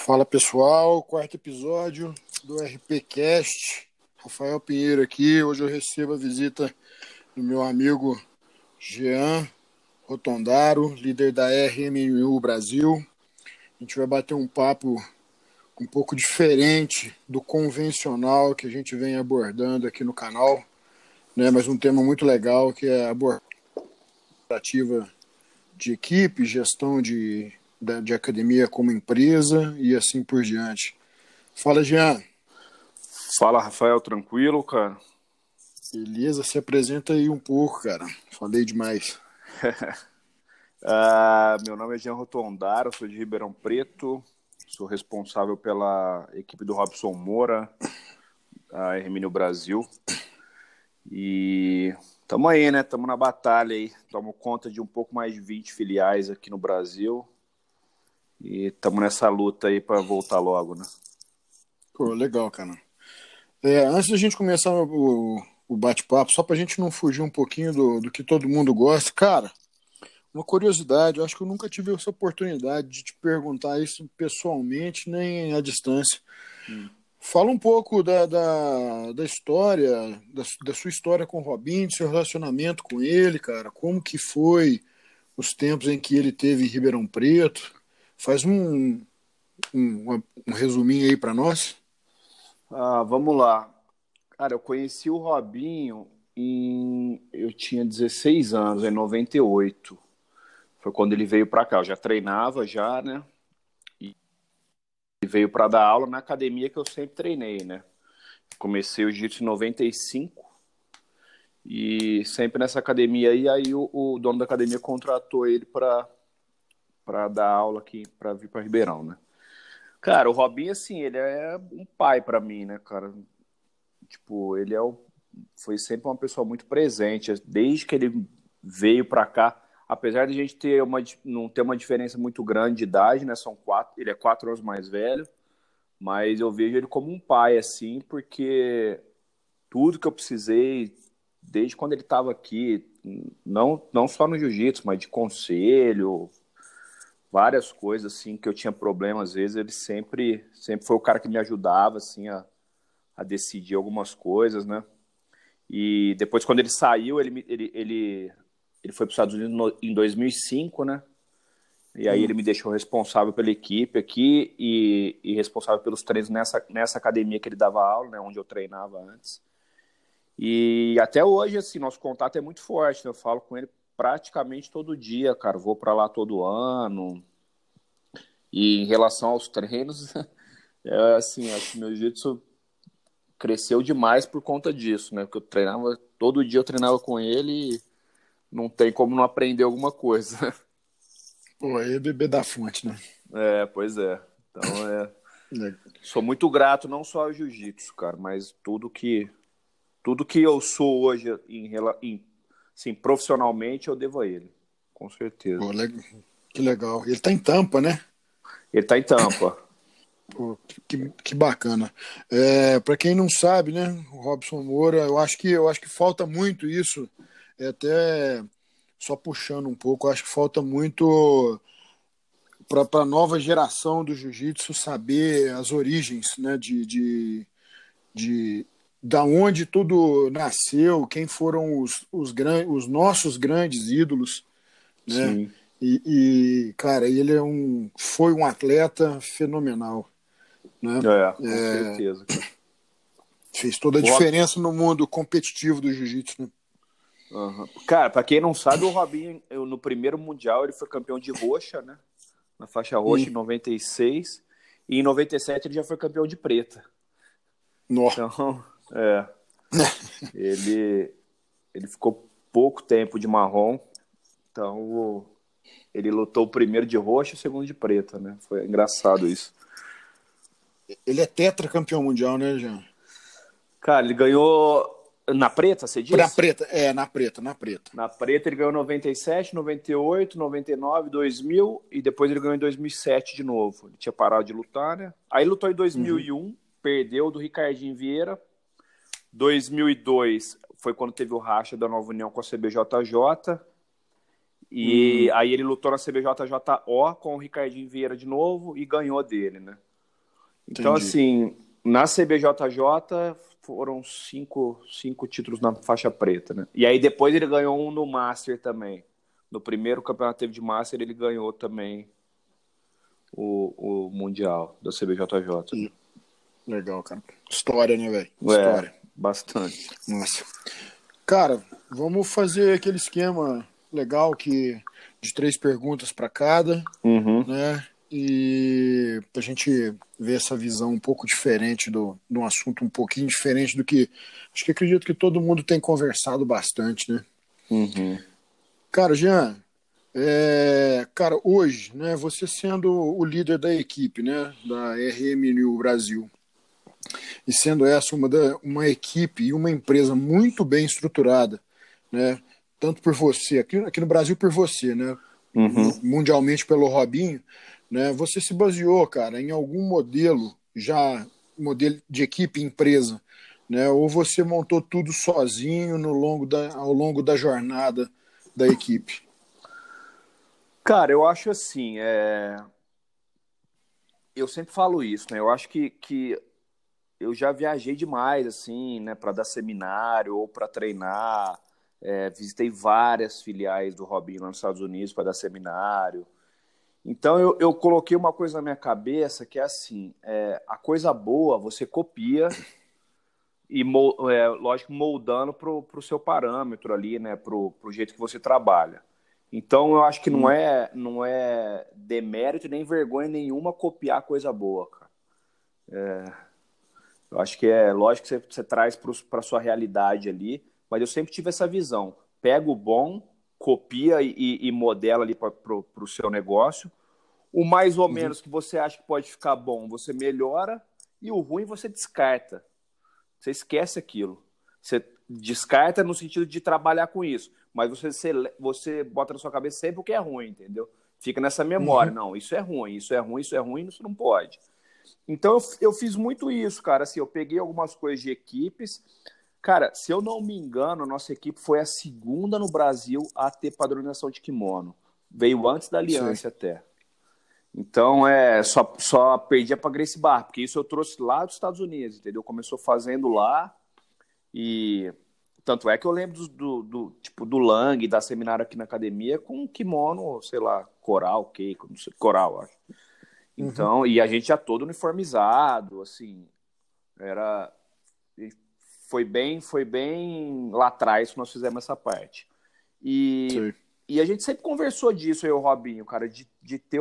Fala pessoal, quarto episódio do RPcast. Rafael Pinheiro aqui. Hoje eu recebo a visita do meu amigo Jean Rotondaro, líder da RMU Brasil. A gente vai bater um papo um pouco diferente do convencional que a gente vem abordando aqui no canal, né? Mas um tema muito legal que é a abordativa de equipe, gestão de academia como empresa e assim por diante. Fala, Jean. Fala, Rafael, tranquilo, cara? Beleza, se apresenta aí um pouco, cara. Falei demais. Meu nome é Jean Rotondaro, sou de Ribeirão Preto, sou responsável pela equipe do Robson Moura, a RMU Brasil. E estamos aí, né? Estamos na batalha aí. Tomo conta de um pouco mais de 20 filiais aqui no Brasil. E estamos nessa luta aí para voltar logo, né? Pô, legal, cara. Antes da gente começar o bate-papo, só pra gente não fugir um pouquinho do que todo mundo gosta, cara, uma curiosidade, eu acho que eu nunca tive essa oportunidade de te perguntar isso pessoalmente, nem à distância. Fala um pouco da história, da sua história com o Robinho, do seu relacionamento com ele, cara. Como que foi os tempos em que ele teve em Ribeirão Preto? Faz um resuminho aí pra nós. Vamos lá. Cara, eu conheci o Robinho eu tinha 16 anos, em 98. Foi quando ele veio para cá. Eu já treinava já, né? E veio para dar aula na academia que eu sempre treinei, né? Comecei o jiu-jitsu em 95 e sempre nessa academia aí o dono da academia contratou ele para dar aula aqui, para vir para Ribeirão, né? Cara, o Robinho, assim, ele é um pai para mim, né, cara? Tipo, foi sempre uma pessoa muito presente. Desde que ele veio para cá, apesar de a gente não ter uma diferença muito grande de idade, né? Ele é 4 anos mais velho, mas eu vejo ele como um pai, assim, porque tudo que eu precisei, desde quando ele estava aqui, não só no jiu-jitsu, mas de conselho, várias coisas, assim, que eu tinha problema, às vezes, ele sempre foi o cara que me ajudava, assim, a decidir algumas coisas, né? E depois, quando ele saiu, ele foi para os Estados Unidos em 2005, né? E aí ele me deixou responsável pela equipe aqui e responsável pelos treinos nessa academia que ele dava aula, né? Onde eu treinava antes. E até hoje, assim, nosso contato é muito forte, né? Eu falo com ele praticamente todo dia, cara. Vou para lá todo ano. E em relação aos treinos, assim, acho que meu jiu-jitsu cresceu demais por conta disso, né? Porque todo dia eu treinava com ele e não tem como não aprender alguma coisa. Pô, aí é beber da fonte, né? Pois é. Então, É. sou muito grato não só ao jiu-jitsu, cara, mas tudo que eu sou hoje, assim, profissionalmente, eu devo a ele. Com certeza. Pô, que legal. Ele tá em Tampa, né? Ele tá em Tampa. Pô, que bacana. Para quem não sabe, né, o Robson Moura, eu acho que falta muito isso, até só puxando um pouco, eu acho que falta muito para a nova geração do jiu-jitsu saber as origens, né, de da onde tudo nasceu, quem foram os nossos grandes ídolos, né? Sim. Cara, ele foi um atleta fenomenal, né? Com certeza, cara. Fez toda a O Rob... diferença no mundo competitivo do jiu-jitsu, né? Uhum. Cara, pra quem não sabe, o Robinho, no primeiro Mundial, ele foi campeão de roxa, né? Na faixa roxa em 96. E em 97 ele já foi campeão de preta. Nó. Então, ele ficou pouco tempo de marrom. Então, ele lutou o primeiro de roxa e o segundo de preta, né? Foi engraçado isso. Ele é tetracampeão mundial, né, Jean? Cara, ele ganhou na preta, você Na disse? preta, na preta, na preta. Na preta ele ganhou 97, 98, 99, 2000 e depois ele ganhou em 2007 de novo. Ele tinha parado de lutar, né? Aí lutou em 2001, perdeu do Ricardinho Vieira. 2002 foi quando teve o racha da Nova União com a CBJJ. E aí ele lutou na CBJJO com o Ricardinho Vieira de novo e ganhou dele, né? Então, Entendi. assim, na CBJJ foram cinco títulos na faixa preta, né? E aí depois ele ganhou um no Master também. No primeiro campeonato que teve de Master, ele ganhou também o Mundial da CBJJ, né? Legal, cara. História, né, velho? É, História. bastante. Nossa. Cara, vamos fazer aquele esquema legal que de 3 perguntas para cada, Uhum. né? E a gente ver essa visão um pouco diferente de um assunto um pouquinho diferente do que acho que acredito que todo mundo tem conversado bastante, né? Uhum. Cara, Jean, cara, hoje, né, você sendo o líder da equipe, né, da RMNU Brasil, e sendo essa uma equipe e uma empresa muito bem estruturada, né, tanto por você, aqui no Brasil por você, né, Uhum. mundialmente pelo Robinho, né, você se baseou, cara, em algum modelo de equipe, empresa, né, ou você montou tudo sozinho ao longo da jornada da equipe? Cara, eu acho assim, eu sempre falo isso, né? Eu acho que eu já viajei demais, assim, né, para dar seminário ou para treinar. Visitei várias filiais do Robinho lá nos Estados Unidos para dar seminário. Então eu coloquei uma coisa na minha cabeça que é assim: a coisa boa você copia e, lógico, moldando pro seu parâmetro ali, né, pro jeito que você trabalha. Então eu acho que não é demérito nem vergonha nenhuma copiar coisa boa, cara. Eu acho que é lógico que você traz para a sua realidade ali, mas eu sempre tive essa visão. Pega o bom, copia e modela ali para o seu negócio. O mais ou Uhum. menos que você acha que pode ficar bom, você melhora, e o ruim você descarta. Você esquece aquilo. Você descarta no sentido de trabalhar com isso, mas você bota na sua cabeça sempre o que é ruim, entendeu? Fica nessa memória. Uhum. Não, isso é ruim, isso é ruim, isso é ruim, isso não pode. Então eu fiz muito isso, cara. Assim, eu peguei algumas coisas de equipes. Cara, se eu não me engano, a nossa equipe foi a segunda no Brasil a ter padronização de kimono. Veio antes da Sei. Aliança até. Então, só perdia para Gracie Barra, porque isso eu trouxe lá dos Estados Unidos, entendeu? Começou fazendo lá e tanto é que eu lembro tipo do Lang, da seminário aqui na academia com um kimono, sei lá, coral, Keiko, não sei, coral, acho. Uhum. Então, e a gente já todo uniformizado, assim, era foi bem lá atrás que nós fizemos essa parte. E, Sei. e a gente sempre conversou disso, eu e o Robinho, cara, de ter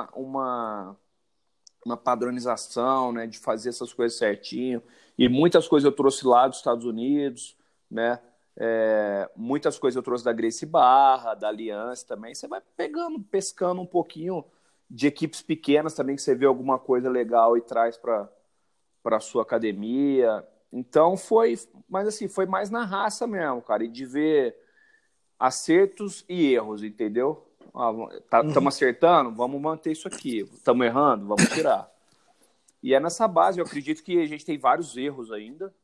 uma padronização, né, de fazer essas coisas certinho. E muitas coisas eu trouxe lá dos Estados Unidos, né? Muitas coisas eu trouxe da Gracie Barra, da Aliança também. Você vai pegando, pescando um pouquinho de equipes pequenas também, que você vê alguma coisa legal e traz para sua academia. Então mas assim, foi mais na raça mesmo, cara, e de ver acertos e erros, entendeu? Uhum. Estamos acertando, vamos manter isso aqui. Estamos errando, vamos tirar. E é nessa base, eu acredito que a gente tem vários erros ainda,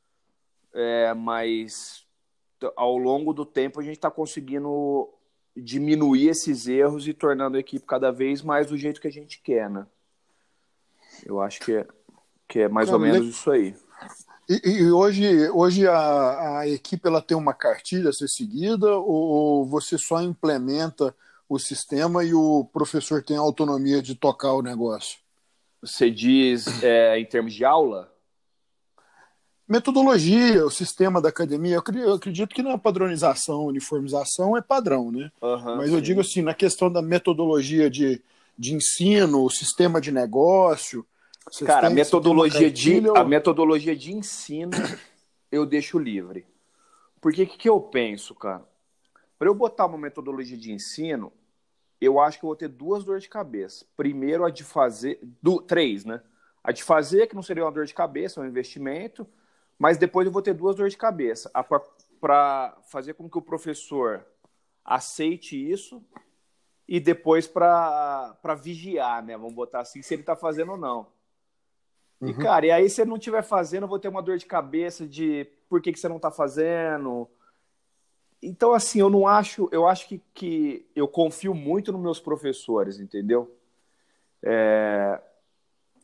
mas ao longo do tempo a gente está conseguindo diminuir esses erros e tornando a equipe cada vez mais do jeito que a gente quer, né? Eu acho que é mais ou Cara, menos isso aí. e hoje a equipe ela tem uma cartilha a ser seguida ou você só implementa o sistema e o professor tem a autonomia de tocar o negócio? Você diz em termos de aula? Metodologia, o sistema da academia, eu acredito que na padronização, uniformização é padrão, né? Aham, Mas eu digo sim. assim, na questão da metodologia de ensino, o sistema de negócio, Cara, você tem uma cartilha a ou... metodologia de ensino eu deixo livre. Porque o que eu penso, cara? Para eu botar uma metodologia de ensino, eu acho que eu vou ter duas dores de cabeça. Primeiro, a de fazer. Três, né? A de fazer, que não seria uma dor de cabeça, é um investimento. Mas depois eu vou ter duas dores de cabeça. Para fazer com que o professor aceite isso e depois para vigiar, né? Vamos botar assim, se ele está fazendo ou não. E, Uhum. cara, e aí se ele não estiver fazendo, eu vou ter uma dor de cabeça de por que você não está fazendo. Então, assim, eu acho que eu confio muito nos meus professores, entendeu?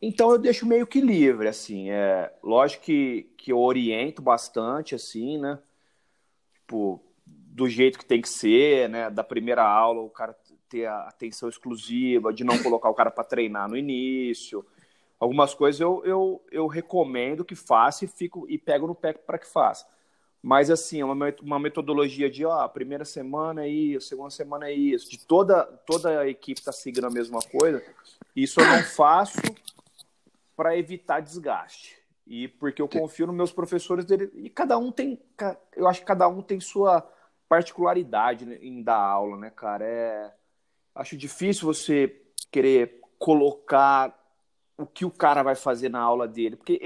Então eu deixo meio que livre, assim. Lógico que eu oriento bastante, assim, né? Tipo, do jeito que tem que ser, né? Da primeira aula, o cara ter a atenção exclusiva, de não colocar o cara para treinar no início. Algumas coisas eu recomendo que faça e pego no pé para que faça. Mas, assim, é uma metodologia de, a primeira semana é isso, a segunda semana é isso. De toda a equipe tá seguindo a mesma coisa. Isso eu não faço para evitar desgaste. E porque eu confio nos meus professores dele. E eu acho que cada um tem sua particularidade, né, em dar aula, né, cara? Acho difícil você querer colocar o que o cara vai fazer na aula dele, porque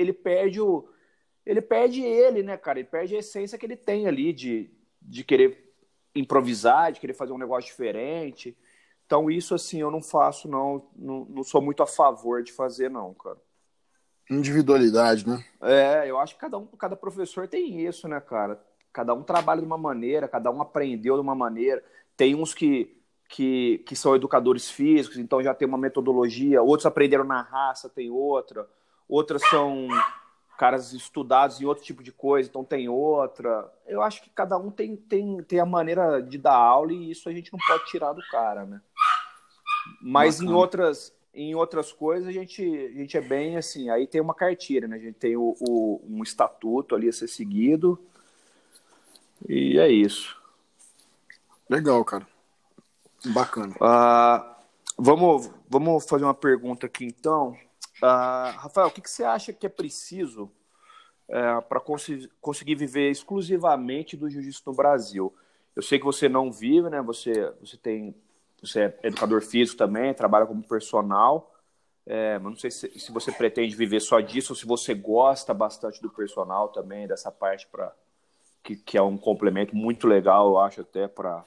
ele, né, cara? Ele perde a essência que ele tem ali de querer improvisar, de querer fazer um negócio diferente. Então, isso, assim, eu não faço, não sou muito a favor de fazer, não, cara. Individualidade, né? Eu acho que cada professor tem isso, né, cara? Cada um trabalha de uma maneira, cada um aprendeu de uma maneira. Tem uns que são educadores físicos, então já tem uma metodologia. Outros aprenderam na raça, tem outra. Outras são caras estudados em outro tipo de coisa, então tem outra. Eu acho que cada um tem a maneira de dar aula e isso a gente não pode tirar do cara, né? Mas em outras coisas a gente é bem assim, aí tem uma cartilha, né? A gente tem um estatuto ali a ser seguido e é isso. Legal, cara. Bacana. Vamos fazer uma pergunta aqui então. Rafael, o que você acha que é preciso para conseguir viver exclusivamente do jiu-jitsu no Brasil? Eu sei que você não vive, né? Você é educador físico também, trabalha como personal, mas não sei se você pretende viver só disso ou se você gosta bastante do personal também, dessa parte que é um complemento muito legal, eu acho, até para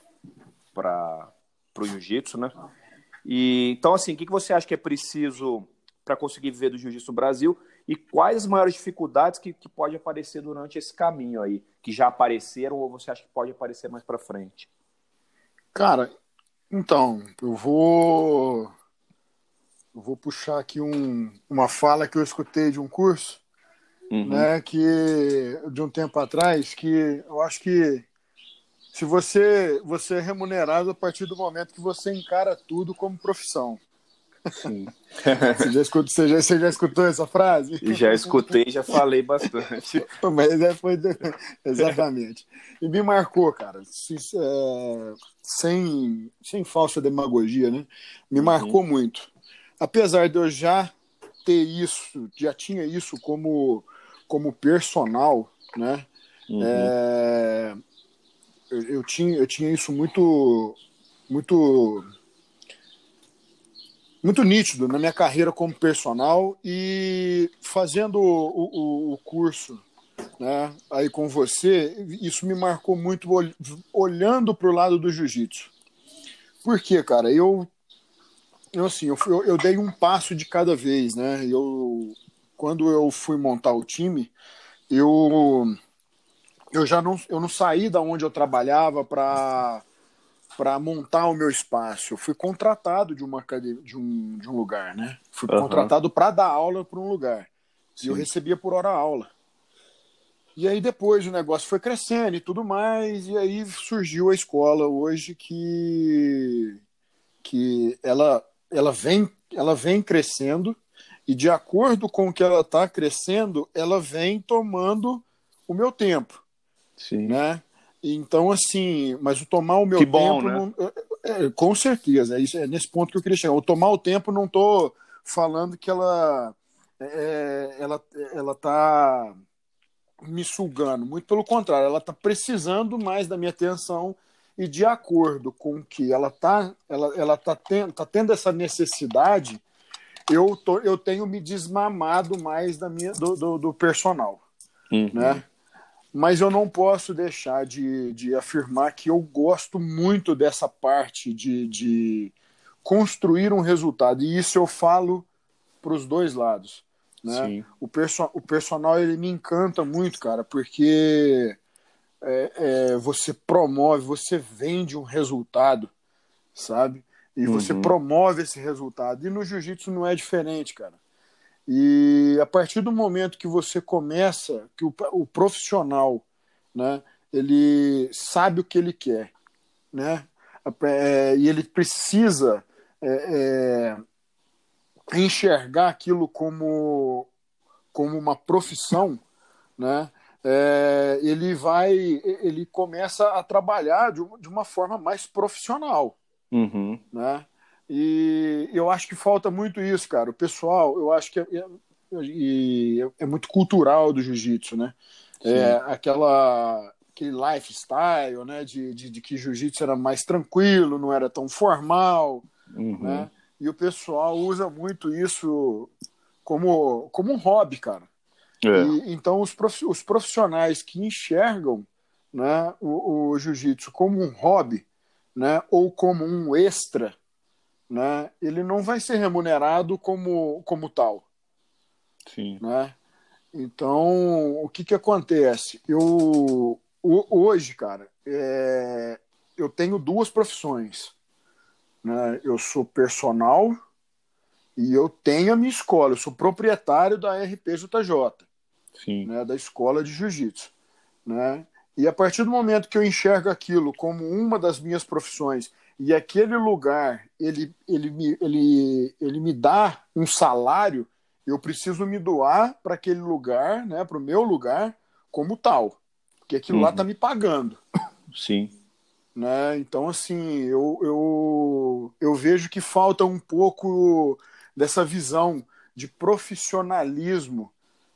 o jiu-jitsu, né? Então, assim, o que você acha que é preciso para conseguir viver do jiu-jitsu no Brasil e quais as maiores dificuldades que pode aparecer durante esse caminho aí, que já apareceram ou você acha que pode aparecer mais para frente? Cara, então, eu vou puxar aqui uma fala que eu escutei de um curso, né, que de um tempo atrás, que eu acho que se você é remunerado a partir do momento que você encara tudo como profissão. Sim. Você já escutou essa frase? Já escutei, já falei bastante. Mas exatamente. E me marcou, cara, sem falsa demagogia, né? Me marcou muito. Apesar de eu já tinha isso como personal, né? Eu tinha isso muito nítido na minha carreira como personal e fazendo o curso, né, aí com você, isso me marcou muito olhando para o lado do jiu-jitsu. Por quê, cara? Eu dei um passo de cada vez, né? Quando eu fui montar o time, eu não saí da onde eu trabalhava para montar o meu espaço. Eu fui contratado de uma academia, de um lugar, né? Fui contratado para dar aula para um lugar. Sim. E eu recebia por hora aula. E aí depois o negócio foi crescendo e tudo mais, e aí surgiu a escola hoje que ela vem crescendo, e de acordo com o que ela está crescendo, ela vem tomando o meu tempo. Sim. Né? Então, assim, mas o tomar o meu que tempo... Bom, né? Com certeza, é nesse ponto que eu queria chegar. O tomar o tempo, não estou falando que ela está me sugando. Muito pelo contrário, ela está precisando mais da minha atenção e de acordo com o que ela tá tendo essa necessidade, eu tenho me desmamado mais do personal. Né? Mas eu não posso deixar de afirmar que eu gosto muito dessa parte de construir um resultado. E isso eu falo para os dois lados. Né? O personal, ele me encanta muito, cara, porque você promove, você vende um resultado, sabe? E você promove esse resultado. E no jiu-jitsu não é diferente, cara. E a partir do momento que você começa, que o profissional, né, ele sabe o que ele quer, né, e ele precisa é, enxergar aquilo como uma profissão, né, ele começa a trabalhar de uma forma mais profissional, Uhum. né? E eu acho que falta muito isso, cara. O pessoal, eu acho que é muito cultural do jiu-jitsu, né? Sim. Aquele lifestyle, né? De que jiu-jitsu era mais tranquilo, não era tão formal, Uhum. né? E o pessoal usa muito isso como um hobby, cara. É. E então os profissionais que enxergam, né, o jiu-jitsu como um hobby, né, ou como um extra, né, ele não vai ser remunerado como tal, Sim. né? Então, o que acontece? Hoje, cara, eu tenho duas profissões, né? Eu sou personal e eu tenho a minha escola. Eu sou proprietário da RPJJ, Sim. né? Da escola de jiu-jitsu, né? E a partir do momento que eu enxergo aquilo como uma das minhas profissões e aquele lugar ele me dá um salário, eu preciso me doar para aquele lugar, né, para o meu lugar como tal, porque aquilo lá está Uhum. me pagando, Sim. né? Então assim eu vejo que falta um pouco dessa visão de profissionalismo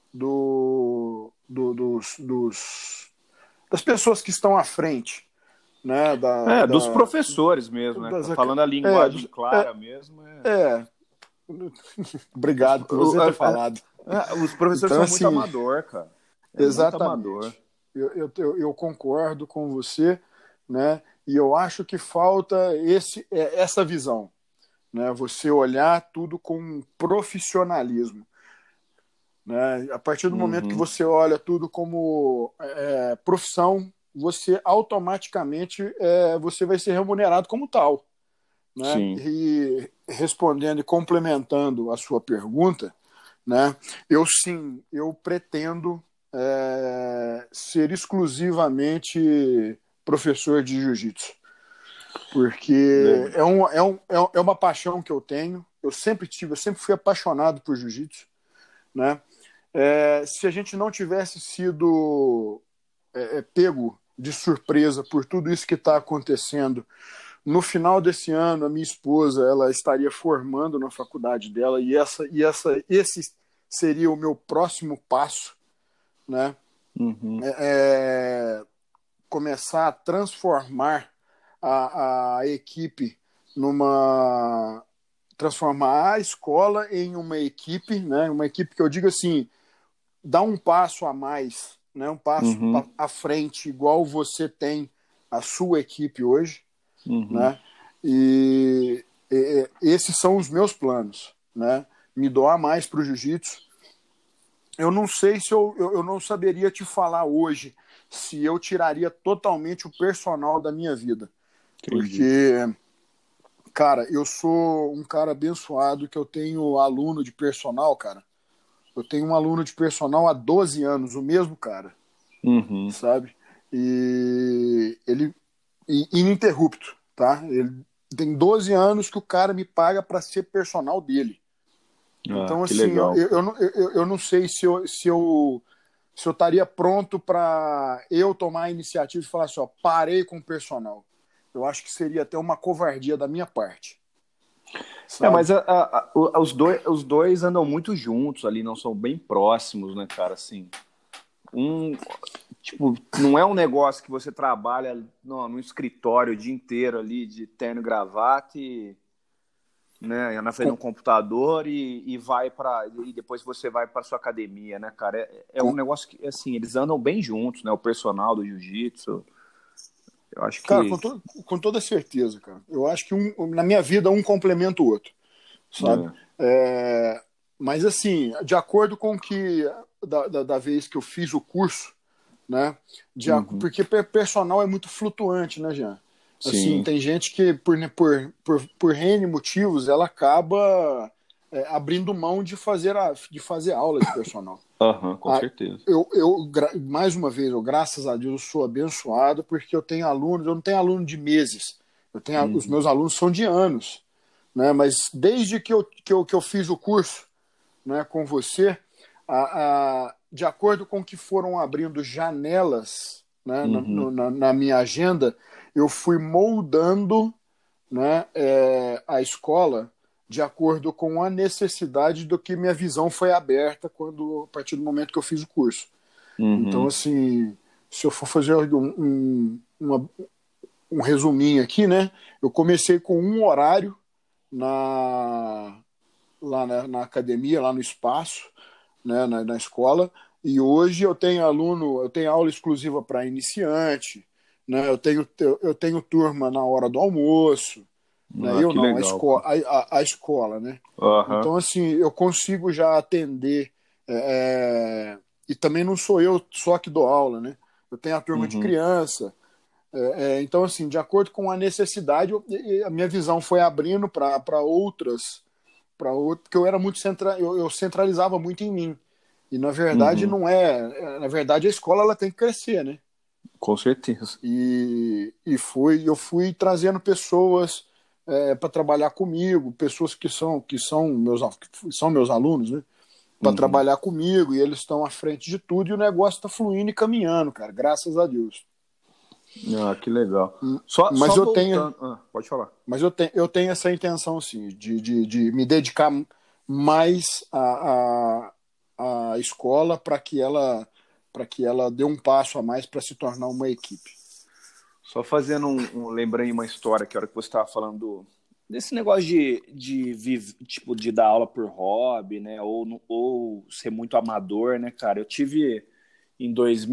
das pessoas que estão à frente, né? Dos professores mesmo, né? Das, Falando a é, linguagem dos, clara mesmo. é, Os, obrigado por o- você ter falado. os professores Então, são muito assim, amador, cara. É muito amador. exatamente. Eu concordo com você, né? E eu acho que falta essa visão, né? Você olhar tudo com um profissionalismo, né? A partir do momento que Uhum. você olha tudo como profissão, você automaticamente você vai ser remunerado como tal, né? Sim. E respondendo e complementando a sua pergunta, né? Eu pretendo ser exclusivamente professor de jiu-jitsu, porque Legal. é uma paixão que eu tenho. Eu sempre fui apaixonado por jiu-jitsu, né? Se a gente não tivesse sido pego de surpresa por tudo isso que está acontecendo, no final desse ano, a minha esposa ela estaria formando na faculdade dela esse seria o meu próximo passo, né? Uhum. Começar a transformar a equipe numa transformar a escola em uma equipe, né? Uma equipe que eu digo assim, dá um passo a mais, né? Um passo Uhum. à frente, igual você tem a sua equipe hoje, Uhum. né? E esses são os meus planos, né? Me doar mais para o jiu-jitsu. Eu não sei se eu não saberia te falar hoje se eu tiraria totalmente o personal da minha vida, Entendi. porque, cara, eu sou um cara abençoado que eu tenho aluno de personal, cara. Eu tenho um aluno de personal há 12 anos, o mesmo cara, Uhum. sabe? E ele ininterrupto, tá? Ele tem 12 anos que o cara me paga para ser personal dele. Ah, Então, que assim, legal, cara. eu não sei se eu estaria pronto para eu tomar a iniciativa e falar assim, ó, parei com o personal. Eu acho que seria até uma covardia da minha parte, sabe? Mas os dois andam muito juntos ali, não são bem próximos, né, cara? Assim, um, tipo, não é um negócio que você trabalha no escritório o dia inteiro ali de terno e gravata e, né, na frente de Com, um computador e vai para e depois você vai para sua academia, né, cara? É um com, negócio que assim, eles andam bem juntos, né? O personal do jiu-jitsu, eu acho cara, que com toda certeza, cara. Eu acho que na minha vida um complementa o outro, sabe? é. Mas assim, de acordo com que da vez que eu fiz o curso, né? Uhum. Porque personal é muito flutuante, né, Jean? Assim, Sim. tem gente que por N motivos ela acaba abrindo mão de fazer aula de personal. Com certeza. Mais uma vez, graças a Deus, eu sou abençoado porque eu não tenho aluno de meses, os meus alunos são de anos, né? Mas desde que eu fiz o curso, né, com você, de acordo com que foram abrindo janelas, né, na minha agenda, eu fui moldando, né, a escola de acordo com a necessidade do que minha visão foi aberta a partir do momento que eu fiz o curso. Então, assim, se eu for fazer um resuminho aqui, né, eu comecei com um horário lá na academia, lá no espaço, né, na escola, e hoje eu tenho aula exclusiva para iniciante, né, eu tenho turma na hora do almoço, né, a escola, né? Então, assim, eu consigo já atender, e também não sou eu só que dou aula, né? Eu tenho a turma de criança, então, assim, de acordo com a necessidade, a minha visão foi abrindo para outras, porque eu era muito eu centralizava muito em mim. E na verdade não é. Na verdade, a escola ela tem que crescer, né? Com certeza. E eu fui trazendo pessoas para trabalhar comigo, pessoas que são meus alunos, né? Para trabalhar comigo, e eles estão à frente de tudo, e o negócio está fluindo e caminhando, cara, graças a Deus. Que legal. Pode falar. Mas eu tenho essa intenção, sim, de me dedicar mais à escola para que ela dê um passo a mais para se tornar uma equipe. Só fazendo lembrando uma história que a hora que você estava falando desse negócio de dar aula por hobby, né? Ou ser muito amador, né, cara? Eu tive em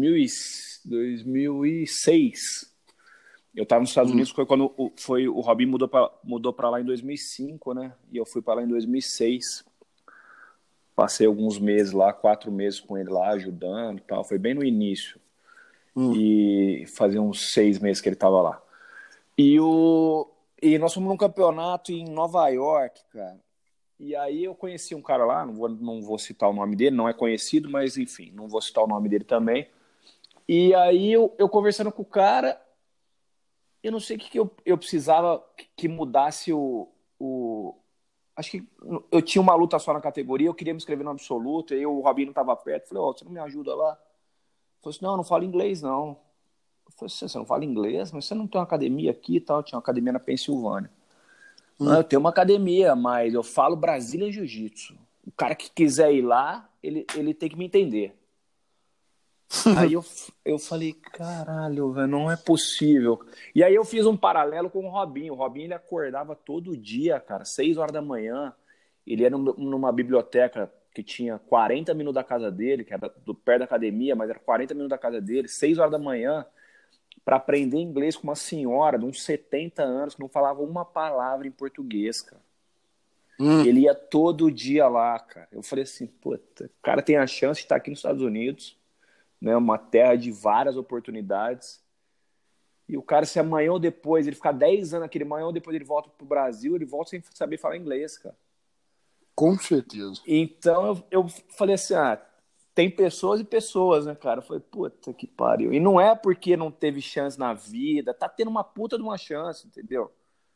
2006. Eu estava nos Estados Unidos, foi quando o Robinho mudou para lá em 2005, né? E eu fui para lá em 2006. Passei alguns meses lá, 4 meses com ele lá, ajudando e tal. Foi bem no início. E fazia uns 6 meses que ele estava lá. E nós fomos num campeonato em Nova York, cara. E aí eu conheci um cara lá, não vou citar o nome dele, não é conhecido, mas enfim, não vou citar o nome dele também. E aí eu conversando com o cara, eu não sei o que eu precisava que mudasse acho que eu tinha uma luta só na categoria, eu queria me inscrever no absoluto, e aí o Robinho não estava perto, falei, você não me ajuda lá? Ele falou assim, não falo inglês, não. Eu falei assim, você não fala inglês? Mas você não tem uma academia aqui e tal? Tinha uma academia na Pensilvânia. Não, eu tenho uma academia, mas eu falo Brasília Jiu-Jitsu. O cara que quiser ir lá, ele tem que me entender. Aí eu falei, caralho, velho, não é possível. E aí eu fiz um paralelo com o Robinho. O Robinho, ele acordava todo dia, cara, 6 horas da manhã. Ele ia numa biblioteca que tinha 40 minutos da casa dele, que era perto da academia, mas era 40 minutos da casa dele, 6 horas da manhã, para aprender inglês com uma senhora de uns 70 anos que não falava uma palavra em português, cara. Ele ia todo dia lá, cara. Eu falei assim, puta, o cara tem a chance de estar aqui nos Estados Unidos, né, uma terra de várias oportunidades, e o cara, se amanhã ou depois, ele ficar 10 anos aqui, amanhã ou depois ele volta pro Brasil, ele volta sem saber falar inglês, cara. Com certeza. Então eu falei assim, tem pessoas e pessoas, né, cara? Eu falei, puta que pariu. E não é porque não teve chance na vida, tá tendo uma puta de uma chance, entendeu?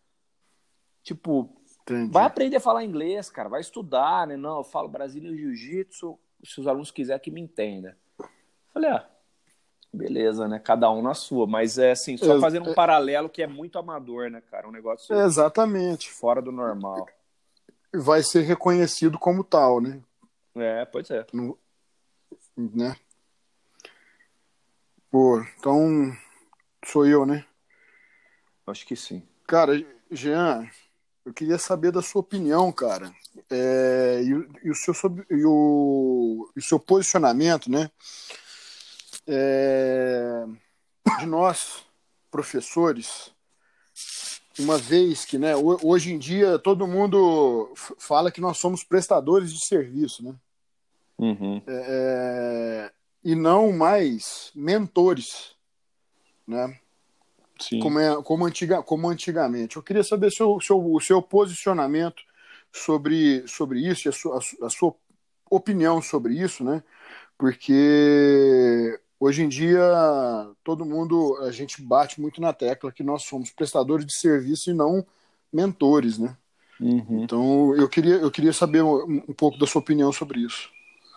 Tipo, Entendi. Vai aprender a falar inglês, cara, vai estudar, né? Não, eu falo Brasília Jiu-Jitsu, se os alunos quiserem que me entenda. Falei, beleza, né? Cada um na sua, mas é assim, só fazendo um paralelo que é muito amador, né, cara? Um negócio exatamente fora do normal. Vai ser reconhecido como tal, né? Pois é. Né? Pô, então sou eu, né? Acho que sim. Cara, Jean, eu queria saber da sua opinião, cara. E o seu posicionamento, né? De nós, professores, uma vez que, né, hoje em dia todo mundo fala que nós somos prestadores de serviço, né? Uhum. E não mais mentores, né? Sim. Como antigamente. Eu queria saber o seu posicionamento sobre isso, e a sua opinião sobre isso, né? Porque hoje em dia todo mundo, a gente bate muito na tecla que nós somos prestadores de serviço e não mentores, né? Uhum. Então eu queria saber um pouco da sua opinião sobre isso.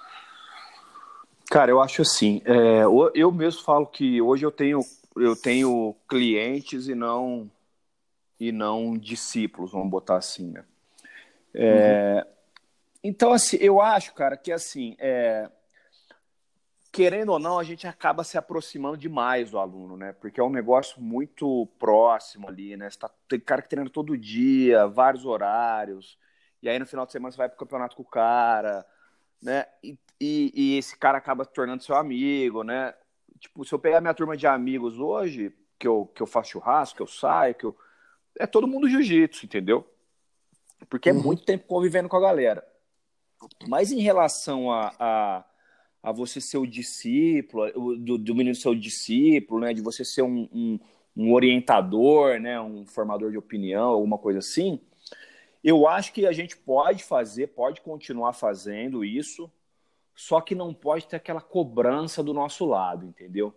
Cara, eu acho assim, eu mesmo falo que hoje eu tenho clientes e não discípulos, vamos botar assim, né? Uhum, Então, assim, eu acho, cara, que assim, querendo ou não, a gente acaba se aproximando demais do aluno, né? Porque é um negócio muito próximo ali, né? Tem cara que treina todo dia, vários horários, e aí no final de semana você vai pro campeonato com o cara, né? E esse cara acaba se tornando seu amigo, né? Tipo, se eu pegar minha turma de amigos hoje, que eu faço churrasco, que eu saio, é todo mundo jiu-jitsu, entendeu? Porque é uhum, muito tempo convivendo com a galera. Mas em relação a você ser o discípulo, do menino ser o discípulo, né? De você ser um orientador, né? Um formador de opinião, alguma coisa assim, eu acho que a gente pode fazer, pode continuar fazendo isso, só que não pode ter aquela cobrança do nosso lado, entendeu?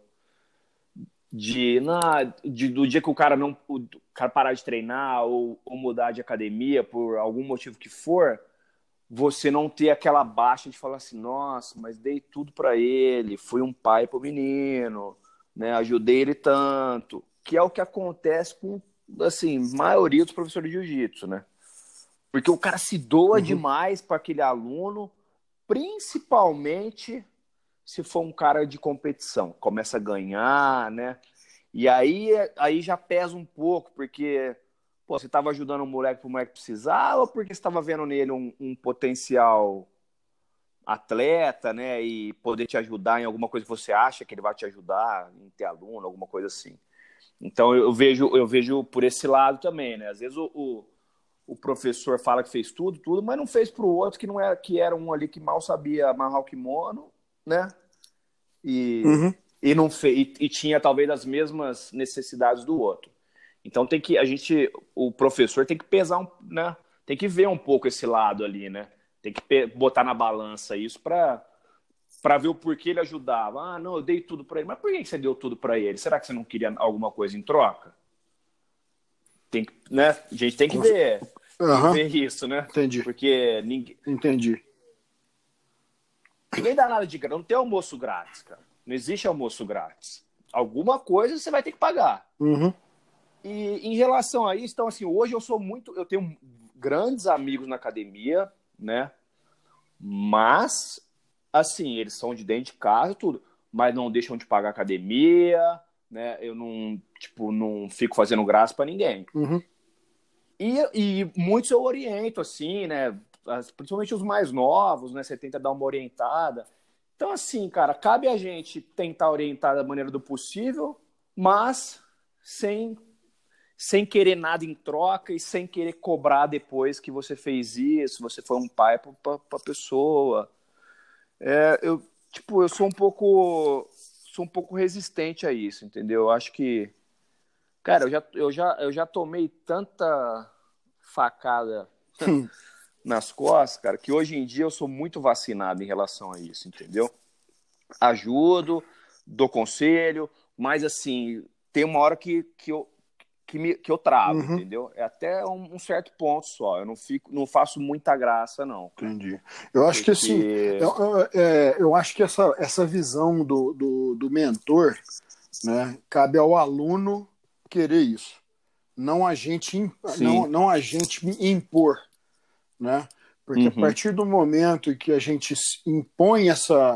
Do dia que o cara parar de treinar ou mudar de academia por algum motivo que for, você não ter aquela baixa de falar assim, nossa, mas dei tudo para ele, fui um pai pro menino, né, ajudei ele tanto, que é o que acontece com, assim, maioria dos professores de jiu-jitsu, né? Porque o cara se doa uhum, demais para aquele aluno, principalmente se for um cara de competição, começa a ganhar, né? E aí já pesa um pouco, porque pô, você estava ajudando o moleque pro moleque precisar, ou porque você estava vendo nele um potencial atleta, né? E poder te ajudar em alguma coisa que você acha que ele vai te ajudar, em ter aluno, alguma coisa assim. Então eu vejo por esse lado também, né? Às vezes o professor fala que fez tudo, mas não fez para o outro que não era, que era um ali que mal sabia amarrar o kimono, né? E, uhum, e não fez, e tinha talvez as mesmas necessidades do outro. Então o professor tem que pesar né? Tem que ver um pouco esse lado ali, né? Tem que botar na balança isso para ver o porquê ele ajudava. Ah, não, eu dei tudo para ele. Mas por que você deu tudo para ele? Será que você não queria alguma coisa em troca? Tem que, né? A gente tem que aham, ver isso, né? entendi, Porque entendi. ninguém dá nada de graça. Não tem almoço grátis, cara. Não existe almoço grátis. Alguma coisa você vai ter que pagar. Uhum, E em relação a isso, então, assim, hoje eu tenho grandes amigos na academia, né? Mas, assim, eles são de dentro de casa e tudo, mas não deixam de pagar academia, né? Eu não, tipo, não fico fazendo graça para ninguém. uhum, E muitos eu oriento, assim, né? Principalmente os mais novos, né? Você tenta dar uma orientada. Então, assim, cara, cabe a gente tentar orientar da maneira do possível, mas sem, sem querer nada em troca e sem querer cobrar depois que você fez isso, você foi um pai para pessoa. Eu, tipo, sou um pouco resistente a isso, entendeu? Eu acho que, cara, eu já tomei tanta facada hum, nas costas, cara, que hoje em dia eu sou muito vacinado em relação a isso, entendeu? Ajudo, dou conselho, mas assim, tem uma hora que eu travo, uhum, entendeu? É até um certo ponto só. Eu não faço muita graça, não, cara. entendi. Eu acho que assim, Porque. eu acho que essa visão do mentor, né, cabe ao aluno querer isso, não a gente, Sim. não a gente impor, né? Porque a Uhum. partir do momento em que a gente impõe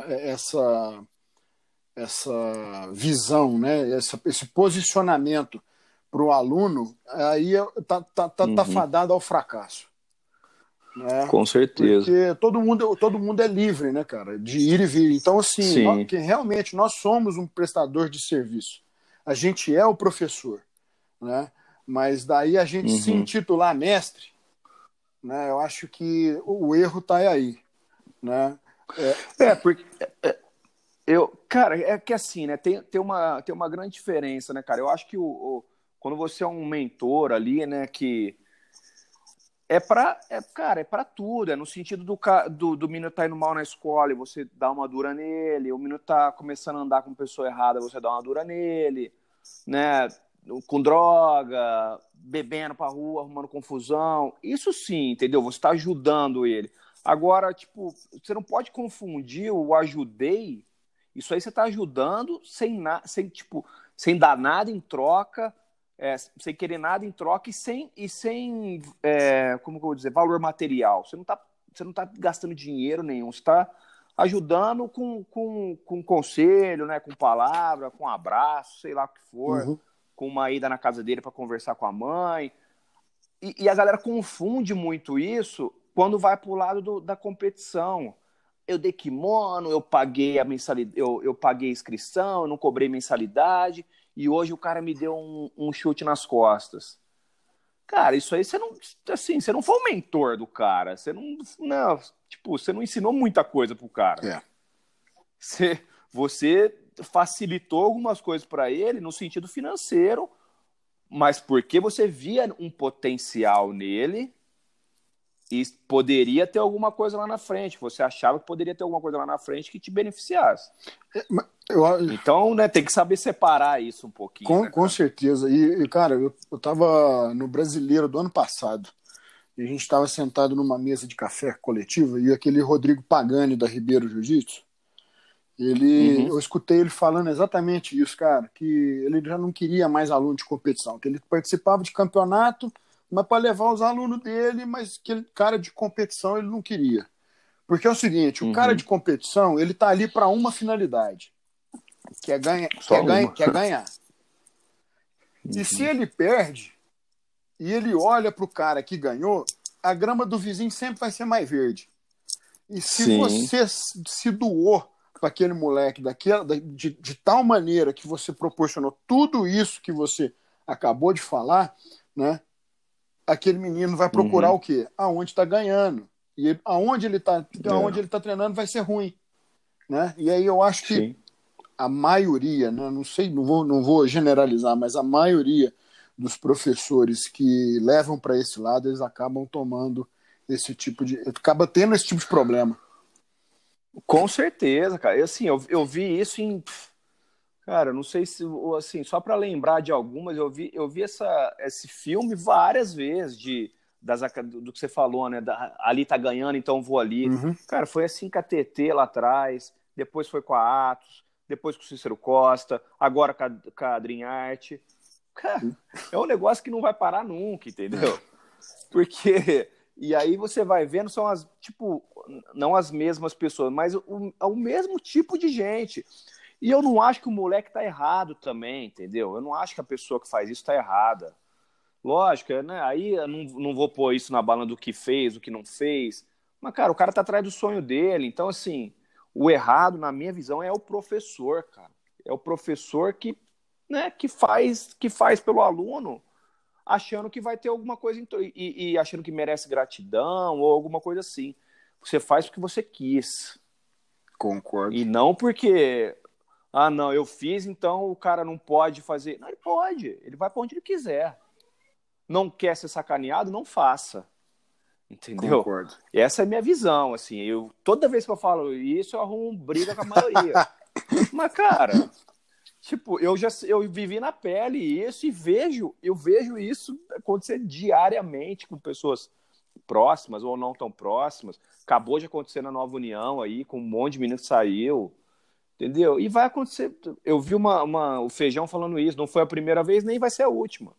essa visão, né? Esse posicionamento para o aluno, aí tá Uhum. fadado ao fracasso, né? Com certeza. Porque todo mundo é livre, né, cara, de ir e vir. Então, assim, Sim. que realmente nós somos um prestador de serviço. A gente é o professor, né? Mas daí a gente se Uhum. intitular mestre, né? Eu acho que o erro está aí, né? É, Porque cara, é que assim, né? Tem uma grande diferença, né, cara? Eu acho que quando você é um mentor ali, né, Cara, é pra tudo. É no sentido do menino tá indo mal na escola e você dá uma dura nele. O menino tá começando a andar com pessoa errada, você dá uma dura nele, né? Com droga, bebendo pra rua, arrumando confusão. Isso sim, entendeu? Você tá ajudando ele. Agora, tipo, você não pode confundir o ajudei. Isso aí você tá ajudando sem dar nada em troca, sem querer nada em troca e sem como que eu vou dizer, valor material. Você não tá gastando dinheiro nenhum, você está ajudando com conselho, né, com palavra, com abraço, sei lá o que for, Uhum. com uma ida na casa dele para conversar com a mãe. E a galera confunde muito isso quando vai pro lado da competição. Eu dei kimono, eu paguei a mensalidade, eu paguei a inscrição, eu não cobrei mensalidade, e hoje o cara me deu um chute nas costas. Cara, isso aí você não, assim, você não foi o mentor do cara, não, tipo, você não ensinou muita coisa pro cara. É. Você facilitou algumas coisas para ele no sentido financeiro, mas porque você via um potencial nele e poderia ter alguma coisa lá na frente. Você achava que poderia ter alguma coisa lá na frente que te beneficiasse. Então, né, tem que saber separar isso um pouquinho. Né, com certeza. E, cara, eu tava no Brasileiro do ano passado. E a gente estava sentado numa mesa de café coletiva e aquele Rodrigo Pagani da Ribeiro Jiu-Jitsu, eu escutei ele falando exatamente isso, cara, que ele já não queria mais aluno de competição, que ele participava de campeonato, mas para levar os alunos dele, mas que cara de competição ele não queria. Porque é o seguinte, o cara de competição, ele tá ali para uma finalidade, que é ganhar. E se ele perde, e ele olha pro cara que ganhou, a grama do vizinho sempre vai ser mais verde. E se você se doou para aquele moleque de tal maneira que você proporcionou tudo isso que você acabou de falar, né? Aquele menino vai procurar o quê? Aonde está ganhando. E aonde ele tá treinando vai ser ruim. Né? E aí eu acho que a maioria, né? Não sei, não vou generalizar, mas a maioria dos professores que levam para esse lado, eles acabam tomando acaba tendo esse tipo de problema. Com certeza, cara. Eu vi isso em... Cara, não sei se... Assim, só para lembrar de algumas, eu vi esse filme várias vezes do que você falou, né? Ali tá ganhando, então vou ali. Cara, foi assim com a TT lá atrás, depois foi com a Atos, depois com o Cícero Costa, agora com a Dream Art. Cara, é um negócio que não vai parar nunca, entendeu? Porque... E aí você vai vendo, são não as mesmas pessoas, mas o mesmo tipo de gente. E eu não acho que o moleque tá errado também, entendeu? Eu não acho que a pessoa que faz isso tá errada. Lógico, né? Aí eu não vou pôr isso na balança do que fez, do que não fez. Mas, cara, o cara tá atrás do sonho dele. Então, assim, o errado, na minha visão, é o professor, cara. É o professor que faz pelo aluno, achando que vai ter alguma coisa e achando que merece gratidão ou alguma coisa assim. Você faz porque você quis. Concordo. E não porque, não, eu fiz, então o cara não pode fazer. Não, ele pode. Ele vai para onde ele quiser. Não quer ser sacaneado, não faça. Entendeu? Concordo. Essa é a minha visão, assim. Toda vez que eu falo isso, eu arrumo briga com a maioria. Mas, cara... Tipo, eu vivi na pele isso e eu vejo isso acontecer diariamente com pessoas próximas ou não tão próximas. Acabou de acontecer na Nova União aí, com um monte de menino que saiu, entendeu? E vai acontecer. Eu vi o Feijão falando isso, não foi a primeira vez, nem vai ser a última.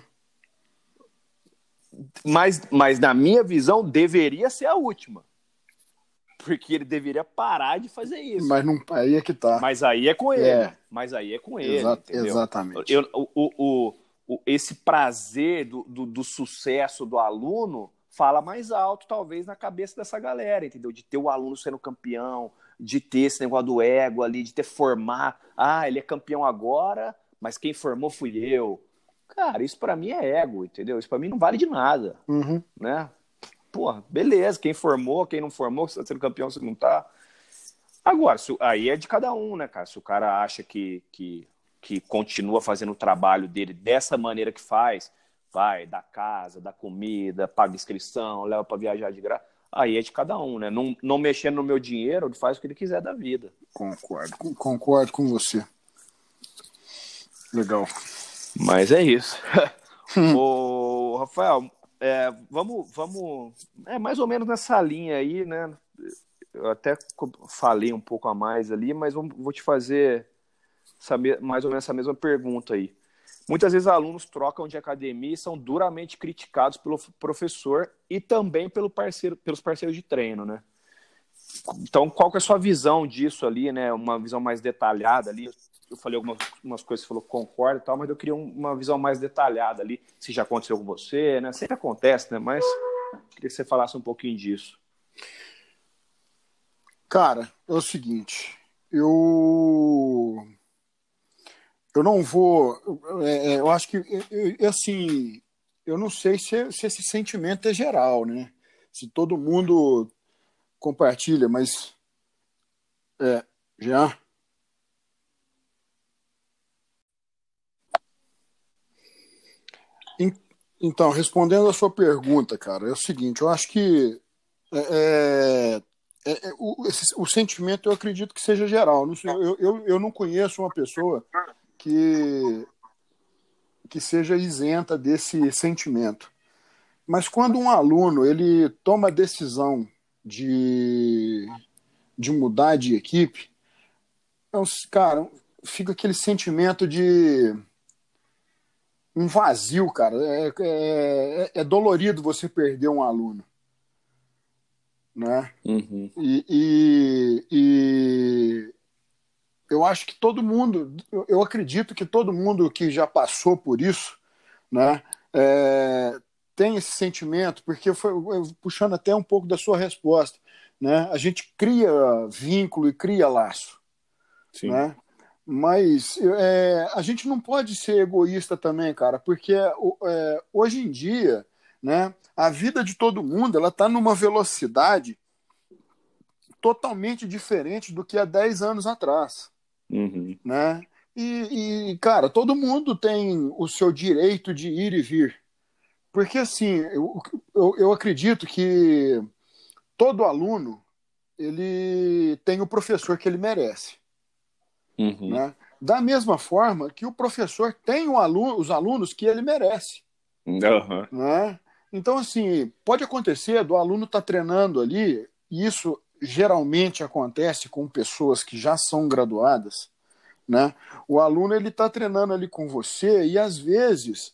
Mas na minha visão, deveria ser a última. Porque ele deveria parar de fazer isso. Mas não, aí é que tá. Mas aí é com ele. Mas aí é com ele, entendeu? Exatamente. Esse prazer do sucesso do aluno fala mais alto, talvez, na cabeça dessa galera, entendeu? De ter o aluno sendo campeão, de ter esse negócio do ego ali, de ter formar. Ele é campeão agora, mas quem formou fui eu. Cara, isso pra mim é ego, entendeu? Isso pra mim não vale de nada, né? Porra, beleza, quem formou, quem não formou, se tá sendo campeão, se não tá. Agora, aí é de cada um, né, cara? Se o cara acha que continua fazendo o trabalho dele dessa maneira que faz, vai, dá casa, dá comida, paga inscrição, leva para viajar de graça. Aí é de cada um, né? Não mexendo no meu dinheiro, ele faz o que ele quiser da vida. Concordo com você. Legal. Mas é isso. Ô, Rafael, vamos mais ou menos nessa linha aí, né? Eu até falei um pouco a mais ali, mas vou te fazer mais ou menos essa mesma pergunta aí. Muitas vezes alunos trocam de academia e são duramente criticados pelo professor e também pelos parceiros de treino, né? Então, qual que é a sua visão disso ali, né? Uma visão mais detalhada ali. Eu falei algumas coisas que você falou que concorda e tal, mas eu queria uma visão mais detalhada ali, se já aconteceu com você, né? Sempre acontece, né? Mas queria que você falasse um pouquinho disso. Cara, é o seguinte, eu não vou, eu acho que, assim, eu não sei se esse sentimento é geral, né? Se todo mundo compartilha, mas, já... Então, respondendo a sua pergunta, cara, é o seguinte, eu acho que o sentimento eu acredito que seja geral. Não sei, eu não conheço uma pessoa que seja isenta desse sentimento. Mas quando um aluno ele toma a decisão de mudar de equipe, cara, fica aquele sentimento de um vazio, cara. É dolorido você perder um aluno, né? Uhum. E eu acho que todo mundo, eu acredito que todo mundo que já passou por isso, né, tem esse sentimento, porque puxando até um pouco da sua resposta, né, a gente cria vínculo e cria laço, Sim. né? Mas a gente não pode ser egoísta também, cara, porque hoje em dia, né, a vida de todo mundo ela está numa velocidade totalmente diferente do que há 10 anos atrás. Uhum. Né? Cara, todo mundo tem o seu direito de ir e vir. Porque, assim, eu acredito que todo aluno ele tem o professor que ele merece. Uhum. Né? Da mesma forma que o professor tem os alunos que ele merece. Uhum. Né? Então, assim, pode acontecer do aluno estar treinando ali, e isso geralmente acontece com pessoas que já são graduadas, né? O aluno ele está treinando ali com você e às vezes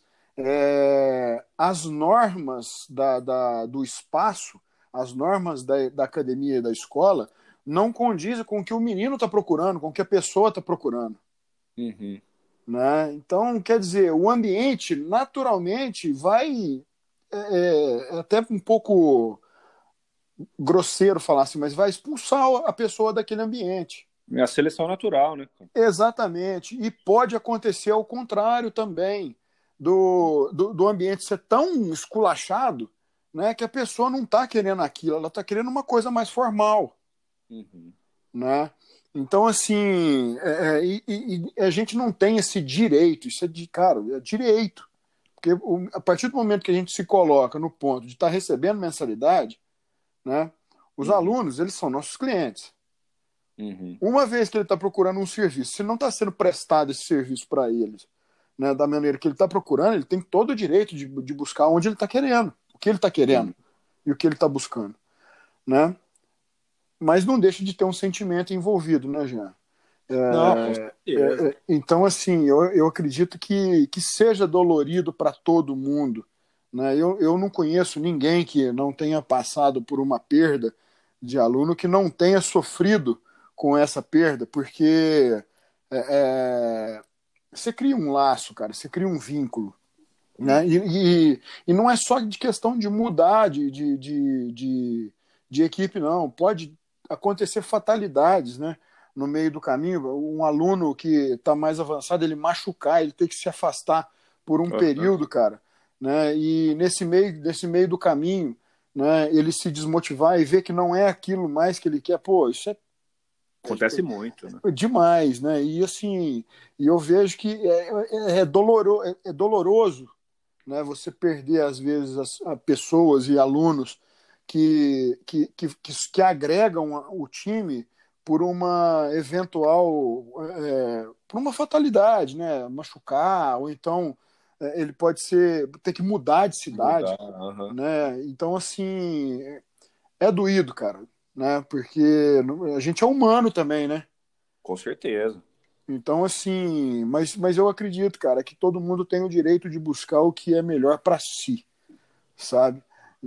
as normas do espaço, as normas da academia e da escola não condizem com o que o menino está procurando, com o que a pessoa está procurando. Uhum. Né? Então, quer dizer, o ambiente naturalmente vai até um pouco grosseiro falar assim, mas vai expulsar a pessoa daquele ambiente. É a seleção natural, né? Exatamente. E pode acontecer ao contrário também, do ambiente ser tão esculachado, né, que a pessoa não está querendo aquilo, ela está querendo uma coisa mais formal. Uhum. Né? Então, assim, e a gente não tem esse direito, isso é direito. Porque a partir do momento que a gente se coloca no ponto de estar recebendo mensalidade, né, os alunos, eles são nossos clientes. Uhum. Uma vez que ele está procurando um serviço, se não está sendo prestado esse serviço para eles, né, da maneira que ele está procurando, ele tem todo o direito de buscar onde ele está querendo, o que ele está querendo e o que ele está buscando, né? Mas não deixa de ter um sentimento envolvido, né, Jean? Não, com certeza. Então, assim, eu acredito que seja dolorido para todo mundo, né? Eu não conheço ninguém que não tenha passado por uma perda de aluno que não tenha sofrido com essa perda, porque você cria um laço, cara, você cria um vínculo. Né? E não é só de questão de mudar de equipe, não. Pode acontecer fatalidades, né? No meio do caminho, um aluno que está mais avançado, ele machucar, ele ter que se afastar por um Uhum. período, cara. Né? E nesse meio do caminho, né, ele se desmotivar e ver que não é aquilo mais que ele quer, pô, isso Acontece muito, né? demais, né? E assim, eu vejo que é doloroso né? Você perder, às vezes, pessoas e alunos que agregam o time por uma eventual, por uma fatalidade, né? Machucar, ou então ele pode ter que mudar de Mudar. cidade, Aham. né? Então, assim, é doído, cara, né? Porque a gente é humano também, né? Com certeza. Então, assim, mas eu acredito, cara, que todo mundo tem o direito de buscar o que é melhor para si, sabe?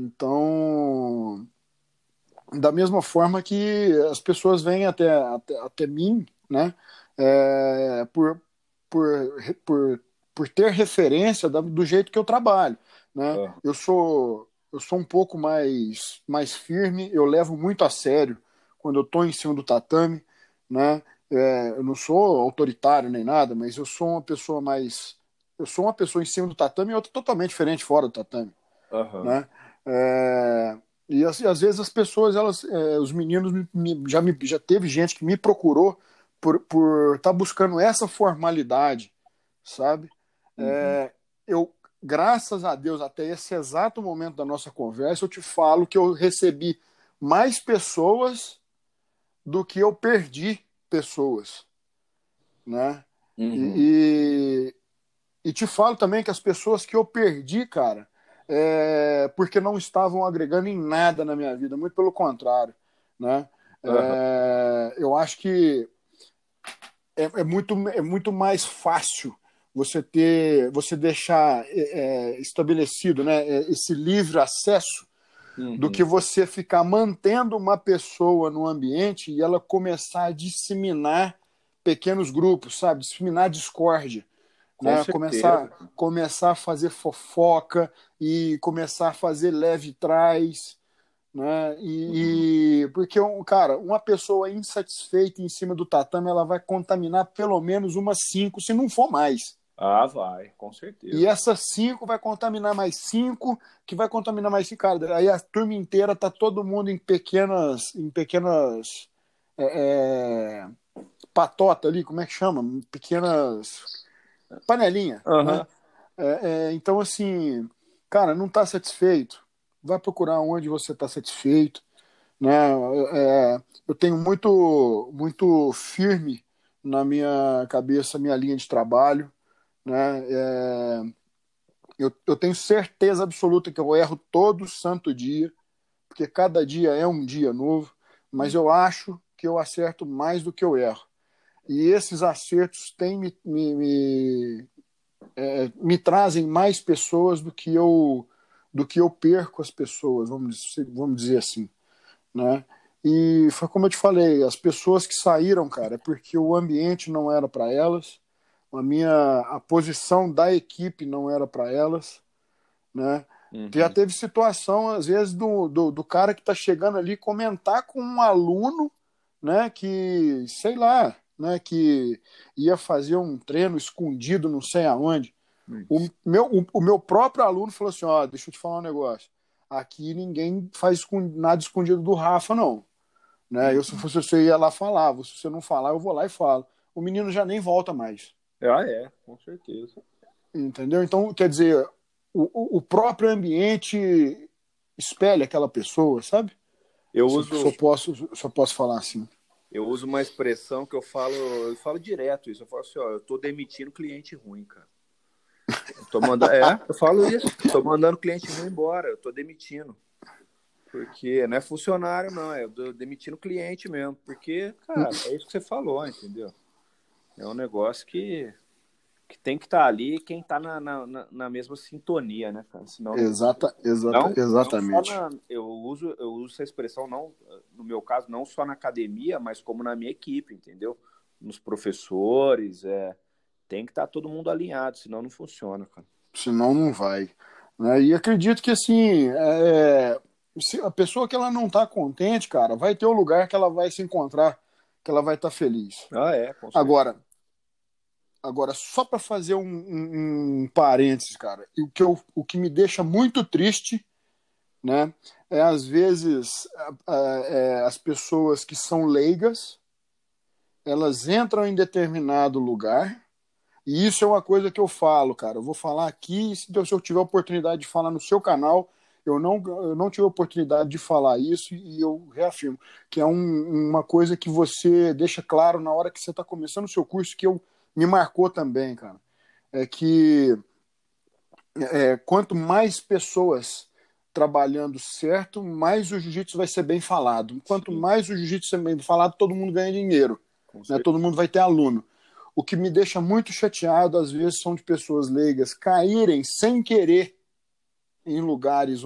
Então, da mesma forma que as pessoas vêm até mim, né? É, por, por, por ter referência do jeito que eu trabalho, né? Aham. Eu sou um pouco mais firme, eu levo muito a sério quando eu estou em cima do tatame, né? Eu não sou autoritário nem nada, mas eu sou uma pessoa em cima do tatame e outra totalmente diferente fora do tatame, Aham. né? É, e às vezes as pessoas, os meninos, já teve gente que me procurou por estar buscando essa formalidade, sabe? Uhum. Eu, graças a Deus, até esse exato momento da nossa conversa, eu te falo que eu recebi mais pessoas do que eu perdi pessoas, né? Uhum. E, e te falo também que as pessoas que eu perdi, cara, porque não estavam agregando em nada na minha vida, muito pelo contrário, né? Aham. Eu acho que é muito mais fácil você deixar estabelecido, né, esse livre acesso do que Uhum. você ficar mantendo uma pessoa no ambiente e ela começar a disseminar pequenos grupos, sabe? Disseminar discórdia, Com né? certeza. Começar a fazer fofoca e começar a fazer leve trás, né? Uhum. Porque, cara, uma pessoa insatisfeita em cima do tatame, ela vai contaminar pelo menos umas cinco, se não for mais. Ah, vai, com E certeza. essas cinco vai contaminar mais cinco, que vai contaminar mais cinco. Cara, aí a turma inteira tá todo mundo em pequenas patota ali, como é que chama? Pequenas panelinha, né? Aham. Então, assim, cara, não tá satisfeito? Vai procurar onde você tá satisfeito, né? Eu tenho muito firme na minha cabeça a minha linha de trabalho, né? Eu tenho certeza absoluta que eu erro todo santo dia, porque cada dia é um dia novo, mas eu acho que eu acerto mais do que eu erro. E esses acertos têm me trazem mais pessoas do que eu perco as pessoas, vamos dizer assim, né? E foi como eu te falei, as pessoas que saíram, cara, é porque o ambiente não era para elas, a posição da equipe não era para elas, né? Já Uhum. teve situação, às vezes, do cara que está chegando ali comentar com um aluno, né, que, sei lá, né, que ia fazer um treino escondido não sei aonde. O meu próprio aluno falou assim, ó, deixa eu te falar um negócio. Aqui ninguém faz nada escondido do Rafa, não. Né? Eu, se Uhum. fosse você, ia lá falar. Se você não falar, eu vou lá e falo. O menino já nem volta mais. Ah, é, com certeza. Entendeu? Então, quer dizer, o próprio ambiente espelha aquela pessoa, sabe? Eu Se eu uso, só posso falar assim. eu uso uma expressão que eu falo direto isso. Eu falo assim, ó, eu tô demitindo cliente ruim, cara. Eu falo isso. Tô mandando cliente ruim embora, eu tô demitindo. Porque não é funcionário, não, é eu tô demitindo cliente mesmo. Porque, cara, é isso que você falou, entendeu? É um negócio que tem que estar ali quem está na mesma sintonia, né, cara? Senão não não só Exatamente. eu uso essa expressão não no meu caso não só na academia, mas como na minha equipe, entendeu? Nos professores, tem que estar todo mundo alinhado, senão não funciona, cara. Senão não vai. Né? E acredito que assim, se a pessoa que ela não está contente, cara, vai ter o lugar que ela vai se encontrar, que ela vai estar feliz. Ah, é, com certeza. Agora, agora só para fazer um parênteses, cara, o que me deixa muito triste, né, é às vezes as pessoas que são leigas, elas entram em determinado lugar, E isso é uma coisa que eu falo, cara. Eu vou falar aqui, se eu tiver a oportunidade de falar no seu canal, eu não tive a oportunidade de falar isso e eu reafirmo que é uma coisa que você deixa claro na hora que você está começando o seu curso, que me marcou também, cara. É que quanto mais pessoas trabalhando certo, mais o jiu-jitsu vai ser bem falado. Quanto Sim, mais o jiu-jitsu é bem falado, todo mundo ganha dinheiro, com né? certeza. Todo mundo vai ter aluno. O que me deixa muito chateado, às vezes, são de pessoas leigas caírem sem querer em lugares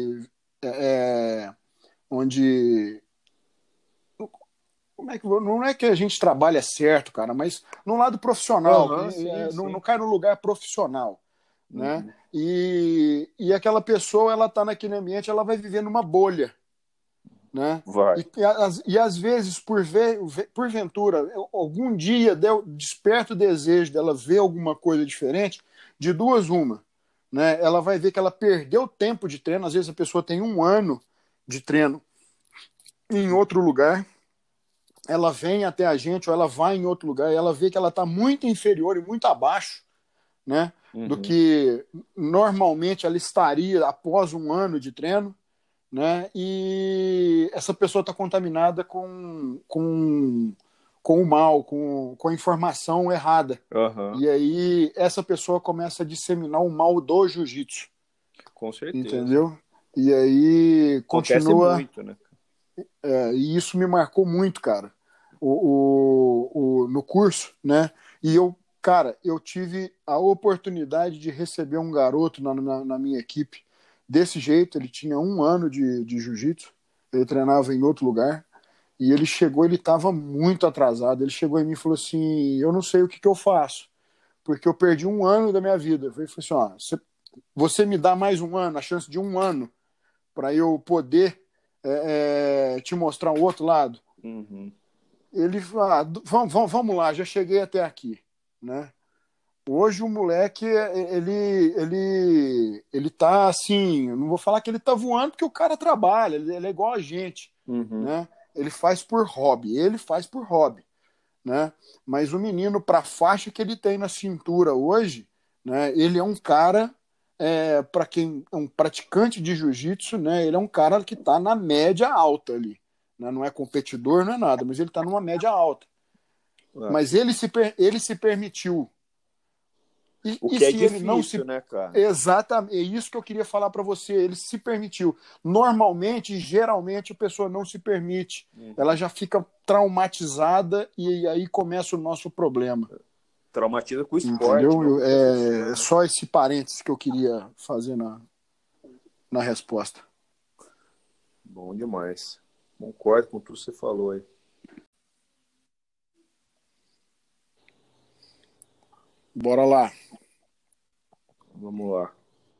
onde como é que não é que a gente trabalha certo, cara, mas no lado profissional, Aham, sim, não sim. cai no lugar profissional, né? Uhum. E aquela pessoa, ela tá naquele ambiente, ela vai viver numa bolha, né? Vai. E às vezes, porventura, algum dia desperta o desejo dela ver alguma coisa diferente, de duas uma, né? Ela vai ver que ela perdeu tempo de treino, às vezes a pessoa tem um ano de treino em outro lugar, ela vem até a gente ou ela vai em outro lugar e ela vê que ela está muito inferior e muito abaixo, né, do Uhum. que normalmente ela estaria após um ano de treino, né, e essa pessoa está contaminada com o mal, com a informação errada. Aham, E aí essa pessoa começa a disseminar o mal do jiu-jitsu, com certeza. entendeu? E aí Acontece continua. muito, né? E isso me marcou muito, cara, no curso, né? E cara, eu tive a oportunidade de receber um garoto na minha equipe desse jeito. Ele tinha um ano de jiu-jitsu, ele treinava em outro lugar, e ele chegou, ele estava muito atrasado. Ele chegou em mim e falou assim: Eu não sei o que eu faço, porque eu perdi um ano da minha vida. Eu falei assim: ó, você me dá mais um ano, a chance de um ano para eu poder te mostrar o outro lado. Uhum. Ele vamos lá, já cheguei até aqui, né? Hoje o moleque, ele tá assim, não vou falar que ele tá voando porque o cara trabalha, ele é igual a gente, Uhum. né? Ele faz por hobby, né? Mas o menino, para a faixa que ele tem na cintura hoje, né? Ele é um cara, para quem é um praticante de jiu-jitsu, né? Ele é um cara que está na média alta ali, né? Não é competidor, não é nada, mas ele está numa média alta. É. Mas ele se permitiu. O E que é se ele não difícil, se. né, cara? Exatamente, é isso que eu queria falar para você. Ele se permitiu. Normalmente, geralmente, a pessoa não se permite. Ela Uhum. já fica traumatizada e aí começa o nosso problema. Traumatiza com o esporte, não Entendeu? com o professor, É né? só esse parênteses que eu queria fazer na resposta. Bom demais. Concordo com tudo que você falou aí. Bora lá. Vamos lá.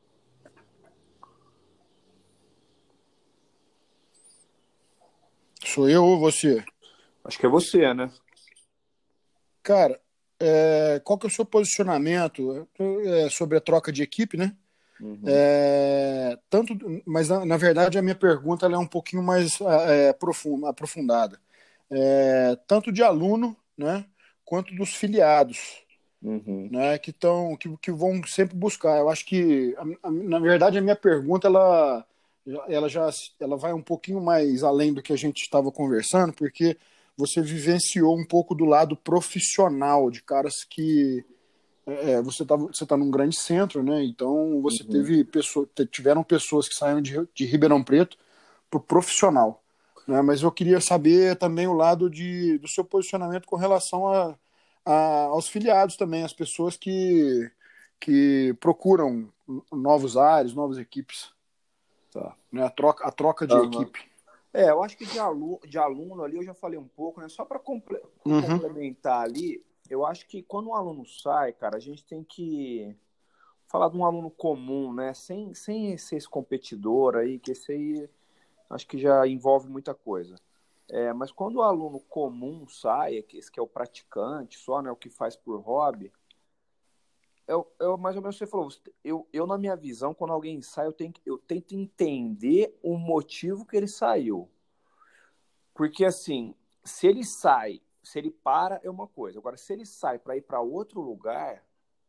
Sou eu ou você? Acho que é você, né? Cara, qual que é o seu posicionamento sobre a troca de equipe, né? Uhum. Tanto, mas na verdade a minha pergunta ela é um pouquinho mais aprofundada. Tanto de aluno, né, quanto dos filiados, Uhum. né, que vão sempre buscar. Eu acho que, na verdade, a minha pergunta ela já ela vai um pouquinho mais além do que a gente estava conversando, porque você vivenciou um pouco do lado profissional de caras que você tá num grande centro, né? Então você Uhum. tiveram pessoas que saíram de Ribeirão Preto pro profissional, né? Mas eu queria saber também o lado do seu posicionamento com relação aos filiados também, as pessoas que procuram novos ares, novas equipes, Tá. né? A troca de Aham. equipe. Eu acho que de aluno ali eu já falei um pouco, né? Só para Uhum, complementar ali, eu acho que quando um aluno sai, cara, a gente tem que falar de um aluno comum, né? Sem ser esse competidor aí, que esse aí acho que já envolve muita coisa. Mas quando o aluno comum sai, esse que é o praticante só, né? O que faz por hobby, mais ou menos o que você falou. Eu, na minha visão, quando alguém sai, eu tento entender o motivo que ele saiu. Porque, assim, se ele sai se ele para, é uma coisa. Agora, se ele sai para ir para outro lugar,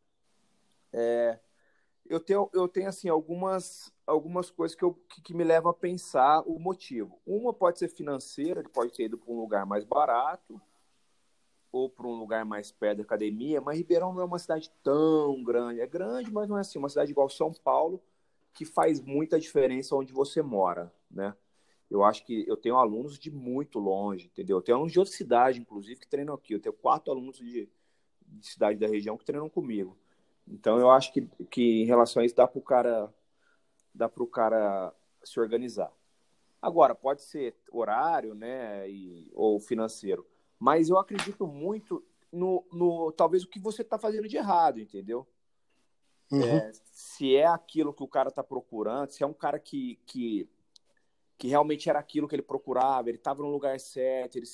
eu tenho assim, algumas coisas que me levam a pensar o motivo. Uma pode ser financeira, ele pode ter ido para um lugar mais barato ou para um lugar mais perto da academia, mas Ribeirão não é uma cidade tão grande. É grande, mas não é assim, uma cidade igual São Paulo, que faz muita diferença onde você mora, né? Eu acho que eu tenho alunos de muito longe, entendeu? Eu tenho alunos de outra cidade, inclusive, que treinam aqui. Eu tenho 4 alunos de cidade da região que treinam comigo. Então, eu acho que em relação a isso, dá para o cara se organizar. Agora, pode ser horário, né, ou financeiro, mas eu acredito muito talvez o que você está fazendo de errado, entendeu? Uhum. Se é aquilo que o cara está procurando, se é um cara que realmente era aquilo que ele procurava, ele estava no lugar certo, ele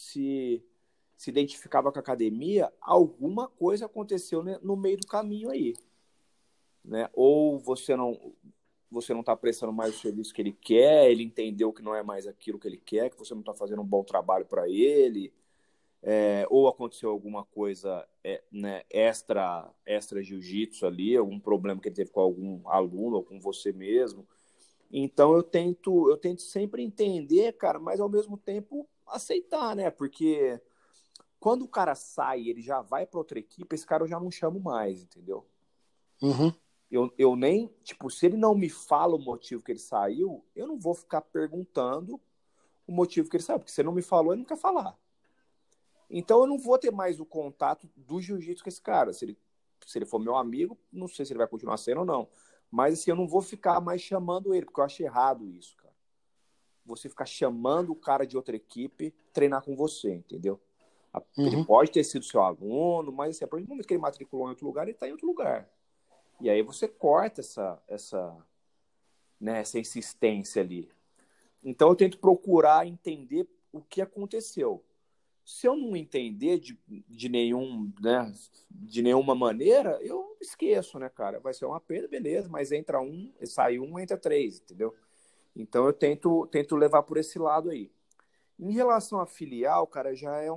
se identificava com a academia, alguma coisa aconteceu, né, no meio do caminho aí, né? Ou você não está prestando mais o serviço que ele quer, ele entendeu que não é mais aquilo que ele quer, que você não está fazendo um bom trabalho para ele, ou aconteceu alguma coisa, né, extra jiu-jitsu ali, algum problema que ele teve com algum aluno ou com você mesmo. Então eu tento sempre entender, cara, mas ao mesmo tempo aceitar, né? Porque quando o cara sai, ele já vai para outra equipe, esse cara eu já não chamo mais, entendeu? Uhum. Eu nem, tipo, se ele não me fala o motivo que ele saiu, eu não vou ficar perguntando o motivo que ele saiu, porque se ele não me falou, ele não quer falar. Então eu não vou ter mais o contato do jiu-jitsu com esse cara. Se ele for meu amigo, não sei se ele vai continuar sendo ou não. Mas assim, eu não vou ficar mais chamando ele, porque eu acho errado isso, cara. Você ficar chamando o cara de outra equipe treinar com você, entendeu? Ele Uhum. pode ter sido seu aluno, mas assim, a partir do momento que ele matriculou em outro lugar, ele está em outro lugar. E aí você corta essa insistência ali. Então eu tento procurar entender o que aconteceu. Se eu não entender de nenhuma maneira, eu esqueço, né, cara? Vai ser uma perda, beleza, mas entra um, sai um, entra três, entendeu? Então eu tento levar por esse lado aí. Em relação à filial, cara,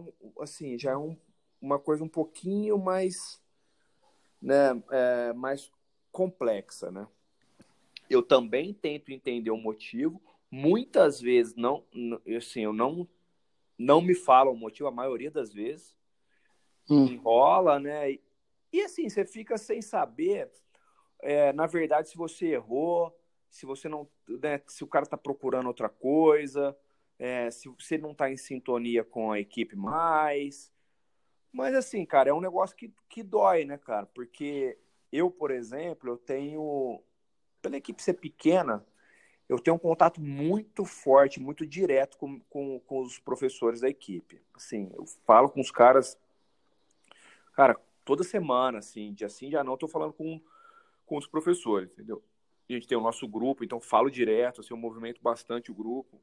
uma coisa um pouquinho mais, né, mais complexa, né? Eu também tento entender o motivo. Muitas vezes assim, eu não me falam o motivo, a maioria das vezes Uhum. enrola, né? E assim, você fica sem saber, na verdade, se você errou, se você não, né, se o cara está procurando outra coisa, se você não está em sintonia com a equipe mais. Mas assim, cara, é um negócio que dói, né, cara? Porque eu, por exemplo, pela equipe ser pequena, eu tenho um contato muito forte, muito direto com os professores da equipe. Assim, eu falo com os caras, cara, toda semana, assim, dia sim, dia não, eu tô falando com os professores, entendeu? A gente tem o nosso grupo, então falo direto, assim, eu movimento bastante o grupo.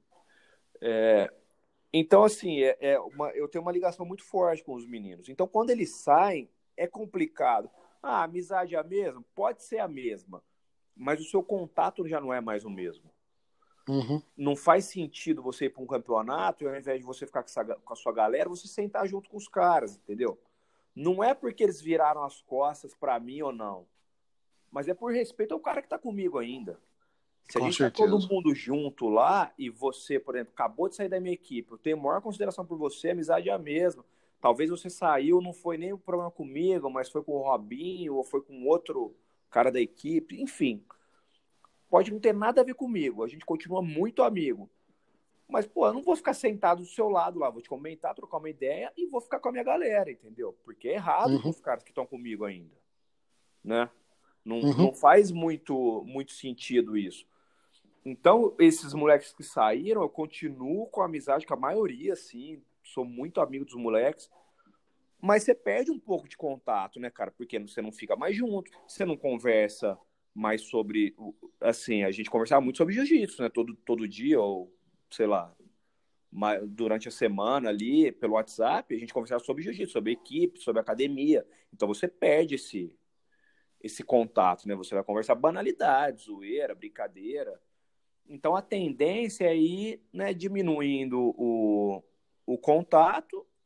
Então, assim, eu tenho uma ligação muito forte com os meninos. Então, quando eles saem, é complicado. Ah, a amizade é a mesma? Pode ser a mesma, mas o seu contato já não é mais o mesmo. Uhum. Não faz sentido você ir para um campeonato e ao invés de você ficar com a sua galera, você sentar junto com os caras, entendeu? Não é porque eles viraram as costas para mim ou não, mas é por respeito ao cara que tá comigo ainda. Se a Com gente tá todo certeza. mundo junto lá e você, por exemplo, acabou de sair da minha equipe, eu tenho a maior consideração por você, a amizade é a mesma. Talvez você saiu, não foi nem um problema comigo, mas foi com o Robinho ou foi com outro cara da equipe, enfim. Pode não ter nada a ver comigo, a gente continua muito amigo. Mas, pô, eu não vou ficar sentado do seu lado lá, vou te comentar, trocar uma ideia e vou ficar com a minha galera, entendeu? Porque é errado com Uhum. os caras que estão comigo ainda, né? Não, Uhum. não faz muito sentido isso. Então, esses moleques que saíram, eu continuo com a amizade com a maioria, assim, sou muito amigo dos moleques, mas você perde um pouco de contato, né, cara? Porque você não fica mais junto, você não conversa mais sobre, assim, a gente conversava muito sobre jiu-jitsu, né? Todo dia, ou sei lá, durante a semana ali, pelo WhatsApp, a gente conversava sobre jiu-jitsu, sobre equipe, sobre academia. Então você perde esse contato, né? Você vai conversar banalidade, zoeira, brincadeira. Então a tendência é ir, né, diminuindo o contato,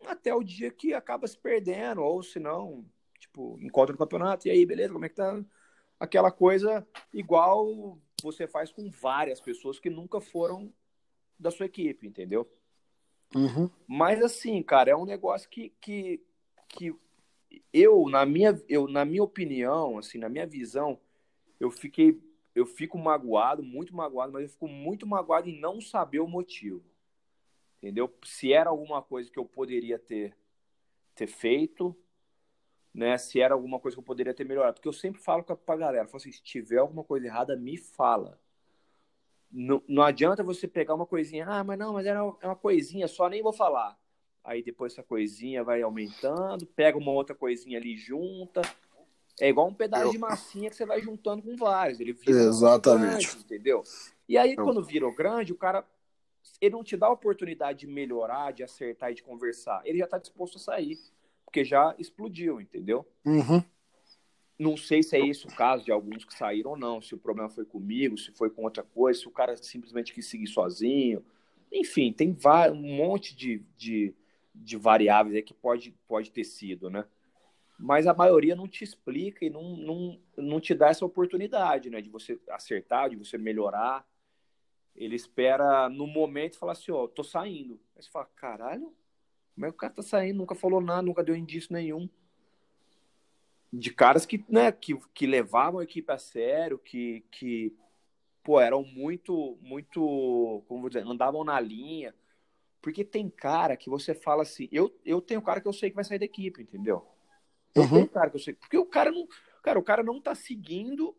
até o dia que acaba se perdendo, ou se não, tipo, encontra no campeonato, e aí, beleza, como é que tá? Aquela coisa igual você faz com várias pessoas que nunca foram da sua equipe, entendeu? Uhum. Mas assim, cara, é um negócio que na minha opinião, assim, na minha visão, eu fiquei, eu fico magoado, muito magoado, mas eu fico muito magoado em não saber o motivo, entendeu? Se era alguma coisa que eu poderia ter feito, né? Se era alguma coisa que eu poderia ter melhorado, porque eu sempre falo pra galera, falo assim, se tiver alguma coisa errada, me fala. Não, não adianta você pegar uma coisinha, mas não, mas é uma coisinha só, nem vou falar. Aí depois essa coisinha vai aumentando, pega uma outra coisinha ali junta. É igual um pedaço Eu, de massinha que você vai juntando com vários. Ele vira um negócio exatamente. grande, entendeu? E aí, Eu, quando vira o grande, o cara ele não te dá a oportunidade de melhorar, de acertar e de conversar. Ele já está disposto a sair, porque já explodiu, entendeu? uhum. Não sei se é esse o caso de alguns que saíram ou não, se o problema foi comigo, se foi com outra coisa, se o cara simplesmente quis seguir sozinho. Enfim, tem um monte de variáveis aí que pode ter sido, né? Mas a maioria não te explica e não te dá essa oportunidade, né? De você acertar, de você melhorar. Ele espera no momento e fala assim, ó, tô saindo. Aí você fala, caralho, como é que o cara tá saindo? Nunca falou nada, nunca deu indício nenhum. De caras que, né, que levavam a equipe a sério, pô, eram muito, como vou dizer, andavam na linha. Porque tem cara que você fala assim, eu tenho cara que eu sei que vai sair da equipe, entendeu? Eu Uhum. tenho cara que eu sei, porque o cara não tá seguindo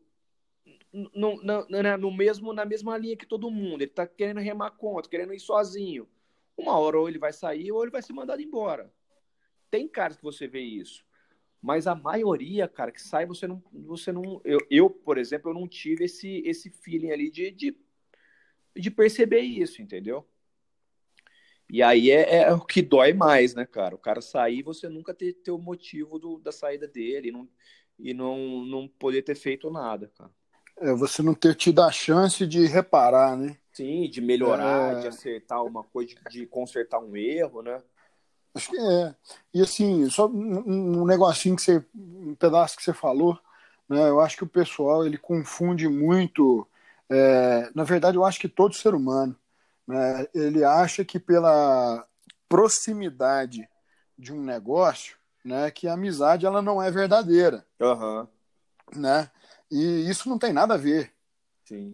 no mesmo, na mesma linha que todo mundo. Ele tá querendo remar contra, querendo ir sozinho. Uma hora ou ele vai sair ou ele vai ser mandado embora. Tem caras que você vê isso. Mas a maioria, cara, que sai, você não. Por exemplo, eu não tive esse feeling ali de perceber isso, entendeu? E aí é o que dói mais, né, cara? O cara sair, você nunca ter o motivo da saída dele e não poder ter feito nada, cara. Você não ter tido a chance de reparar, né? Sim, de melhorar, de É, acertar uma coisa, de consertar um erro, né? acho que é. E assim, só um negocinho um pedaço que você falou, né? Eu acho que o pessoal ele confunde muito. Na verdade, eu acho que todo ser humano, né? Ele acha que pela proximidade de um negócio, né? Que a amizade ela não é verdadeira, Aham, né? E isso não tem nada a ver. sim.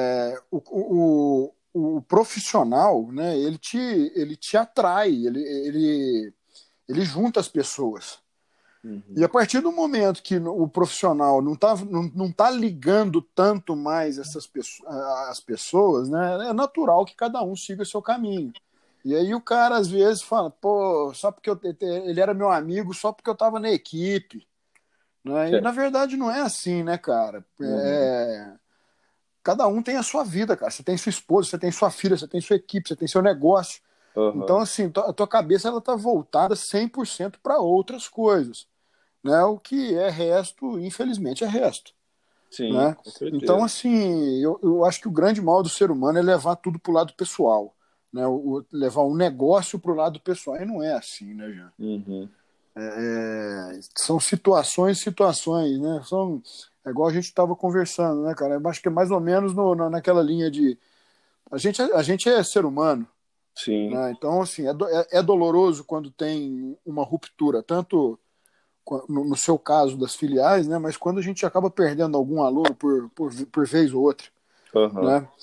O profissional, né? Ele te atrai, ele junta as pessoas. E a Uhum. partir do momento que o profissional não tá ligando tanto mais as pessoas, né, é natural que cada um siga o seu caminho. E aí o cara às vezes fala, pô, só porque ele era meu amigo, só porque eu estava na equipe. Né? E na Certo. verdade não é assim, né, cara? Uhum. Cada um tem a sua vida, cara. Você tem sua esposa, você tem sua filha, você tem sua equipe, você tem seu negócio. Então, Aham. assim, a tua cabeça ela tá voltada 100% para outras coisas, né? O que é resto, infelizmente, é resto, Sim, né? com Então, certeza. assim, eu acho que o grande mal do ser humano é levar tudo pro lado pessoal, né? Levar um negócio pro lado pessoal. E não é assim, né, Jean? Uhum. São situações, né? É igual a gente estava conversando, né, cara? Eu acho que é mais ou menos naquela linha de a gente é ser humano, Sim. né? Então, assim, é doloroso quando tem uma ruptura, tanto no seu caso das filiais, né? Mas quando a gente acaba perdendo algum aluno por vez ou outra, Aham. né?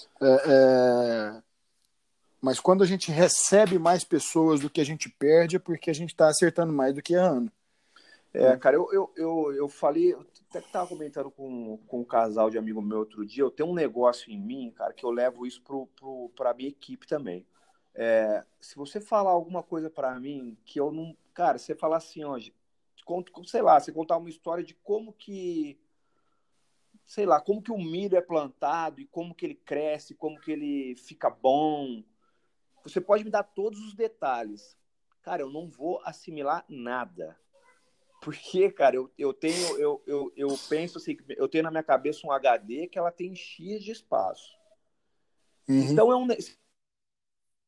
Mas quando a gente recebe mais pessoas do que a gente perde, é porque a gente está acertando mais do que errando, É, né? cara, eu falei, eu até que tava comentando com um casal de amigo meu outro dia, eu tenho um negócio em mim, cara, que eu levo isso pra minha equipe também. Se você falar alguma coisa pra mim que eu não. Cara, você falar assim, ó, sei lá, você contar uma história de como que. Sei lá, como que o milho é plantado e como que ele cresce, como que ele fica bom. Você pode me dar todos os detalhes. Cara, eu não vou assimilar nada. Porque, cara, eu penso assim, eu tenho na minha cabeça um HD que ela tem X de espaço. Uhum. Então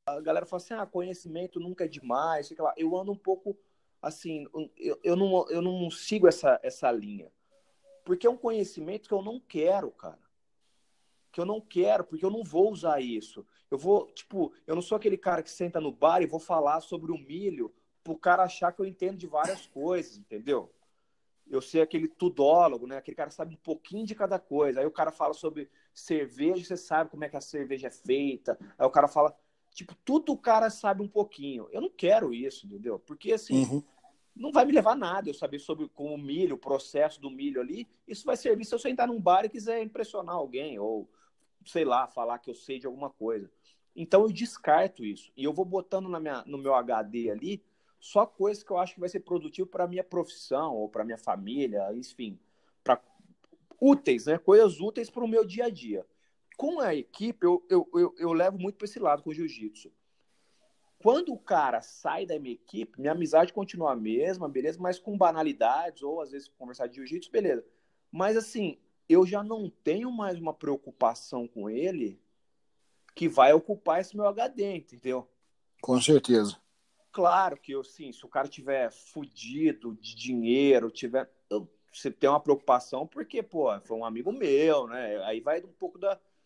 A galera fala assim, conhecimento nunca é demais, sei lá. Eu ando um pouco assim, eu não sigo essa linha. Porque é um conhecimento que eu não quero, cara. Que eu não quero, porque eu não vou usar isso. Eu não sou aquele cara que senta no bar e vou falar sobre o milho pro cara achar que eu entendo de várias coisas, entendeu? Eu sei aquele tudólogo, né? Aquele cara que sabe um pouquinho de cada coisa. Aí o cara fala sobre cerveja, você sabe como é que a cerveja é feita. Aí o cara fala, tudo o cara sabe um pouquinho. Eu não quero isso, entendeu? Porque, assim, Uhum. não vai me levar a nada eu saber sobre como o milho, o processo do milho ali. Isso vai servir se eu sentar num bar e quiser impressionar alguém, ou, sei lá, falar que eu sei de alguma coisa. Então eu descarto isso. E eu vou botando no meu HD ali só coisas que eu acho que vai ser produtivo para a minha profissão, ou para a minha família, enfim. Pra, úteis, né? Coisas úteis para o meu dia a dia. Com a equipe, eu levo muito para esse lado com o jiu-jitsu. Quando o cara sai da minha equipe, minha amizade continua a mesma, beleza? Mas com banalidades, ou às vezes conversar de jiu-jitsu, beleza. Mas assim, eu já não tenho mais uma preocupação com ele que vai ocupar esse meu HD, entendeu? Com certeza. Claro que sim, se o cara tiver fudido de dinheiro, você tem uma preocupação porque, pô, foi um amigo meu, né? Aí vai um pouco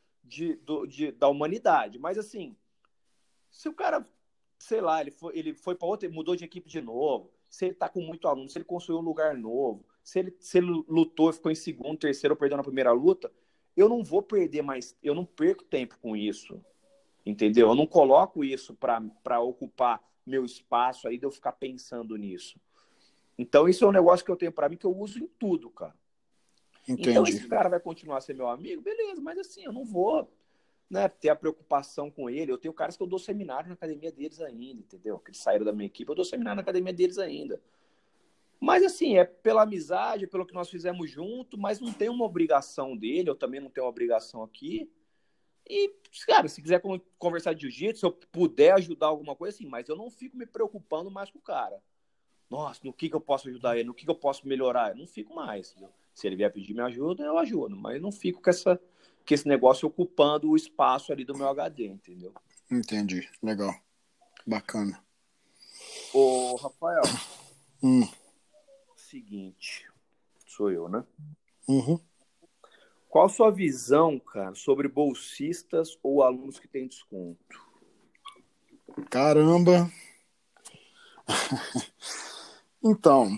da humanidade. Mas assim, se o cara, sei lá, ele foi para outra, mudou de equipe de novo, se ele tá com muito aluno, se ele construiu um lugar novo, se ele lutou, ficou em segundo, terceiro, ou perdeu na primeira luta, eu não vou perder mais, eu não perco tempo com isso, entendeu? Eu não coloco isso para ocupar meu espaço aí de eu ficar pensando nisso. Então isso é um negócio que eu tenho para mim que eu uso em tudo, cara. Então Entendi. esse cara vai continuar a ser meu amigo, beleza, mas assim, eu não vou, né, ter a preocupação com ele. Eu tenho caras que eu dou seminário na academia deles ainda, entendeu? Que eles saíram da minha equipe, eu dou seminário na academia deles ainda. Mas assim, é pela amizade, pelo que nós fizemos junto, mas não tem uma obrigação dele, eu também não tenho uma obrigação aqui. E, cara, se quiser conversar de jiu-jitsu, se eu puder ajudar alguma coisa, assim, mas eu não fico me preocupando mais com o cara. Nossa, no que eu posso ajudar ele? No que eu posso melhorar? Eu não fico mais. Entendeu? Se ele vier pedir minha ajuda, eu ajudo. Mas não fico com esse negócio ocupando o espaço ali do meu HD, entendeu? Entendi. Legal. Bacana. Ô, Rafael, Hum. seguinte, sou eu, né? Uhum. Qual a sua visão, cara, sobre bolsistas ou alunos que têm desconto? Caramba. Então,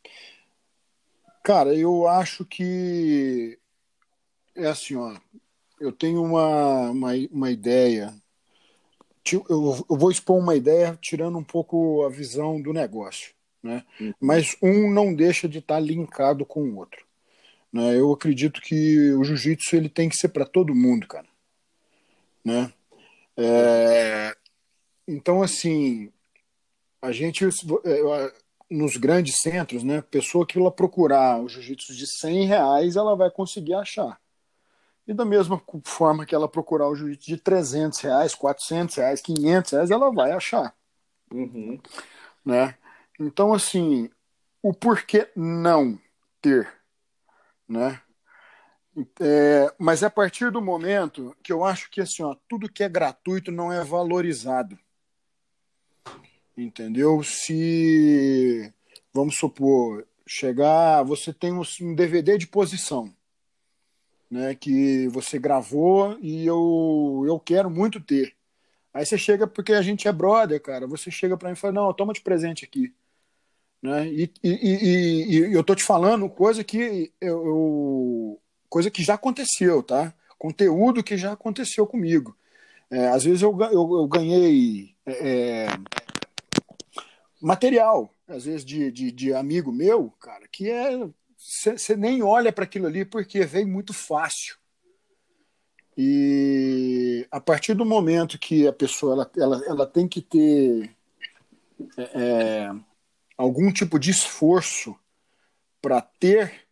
cara, eu acho que é assim, ó. Eu tenho uma ideia. Eu vou expor uma ideia tirando um pouco a visão do negócio, né? Uhum. Mas um não deixa de estar linkado com o outro, né? Eu acredito que o jiu-jitsu ele tem que ser para todo mundo, cara, né? É, então, assim, a gente nos grandes centros, né? Pessoa que ela procurar o jiu-jitsu de R$ 100, ela vai conseguir achar. E da mesma forma que ela procurar o jiu-jitsu de R$ 300, R$ 400, R$ 500, ela vai achar, Uhum. né? Então, assim, o porquê não ter, né? Mas é a partir do momento que eu acho que assim, ó, tudo que é gratuito não é valorizado, entendeu? Se, vamos supor, chegar, você tem um DVD de posição, né, que você gravou e eu quero muito ter. Aí você chega, porque a gente é brother, cara, você chega para mim e fala, não, toma de presente aqui. Né? E eu tô te falando coisa que já aconteceu, tá? Conteúdo que já aconteceu comigo. Às vezes eu ganhei material, às vezes de amigo meu, cara, que você nem olha para aquilo ali porque vem muito fácil. E a partir do momento que a pessoa ela tem que ter algum tipo de esforço para ter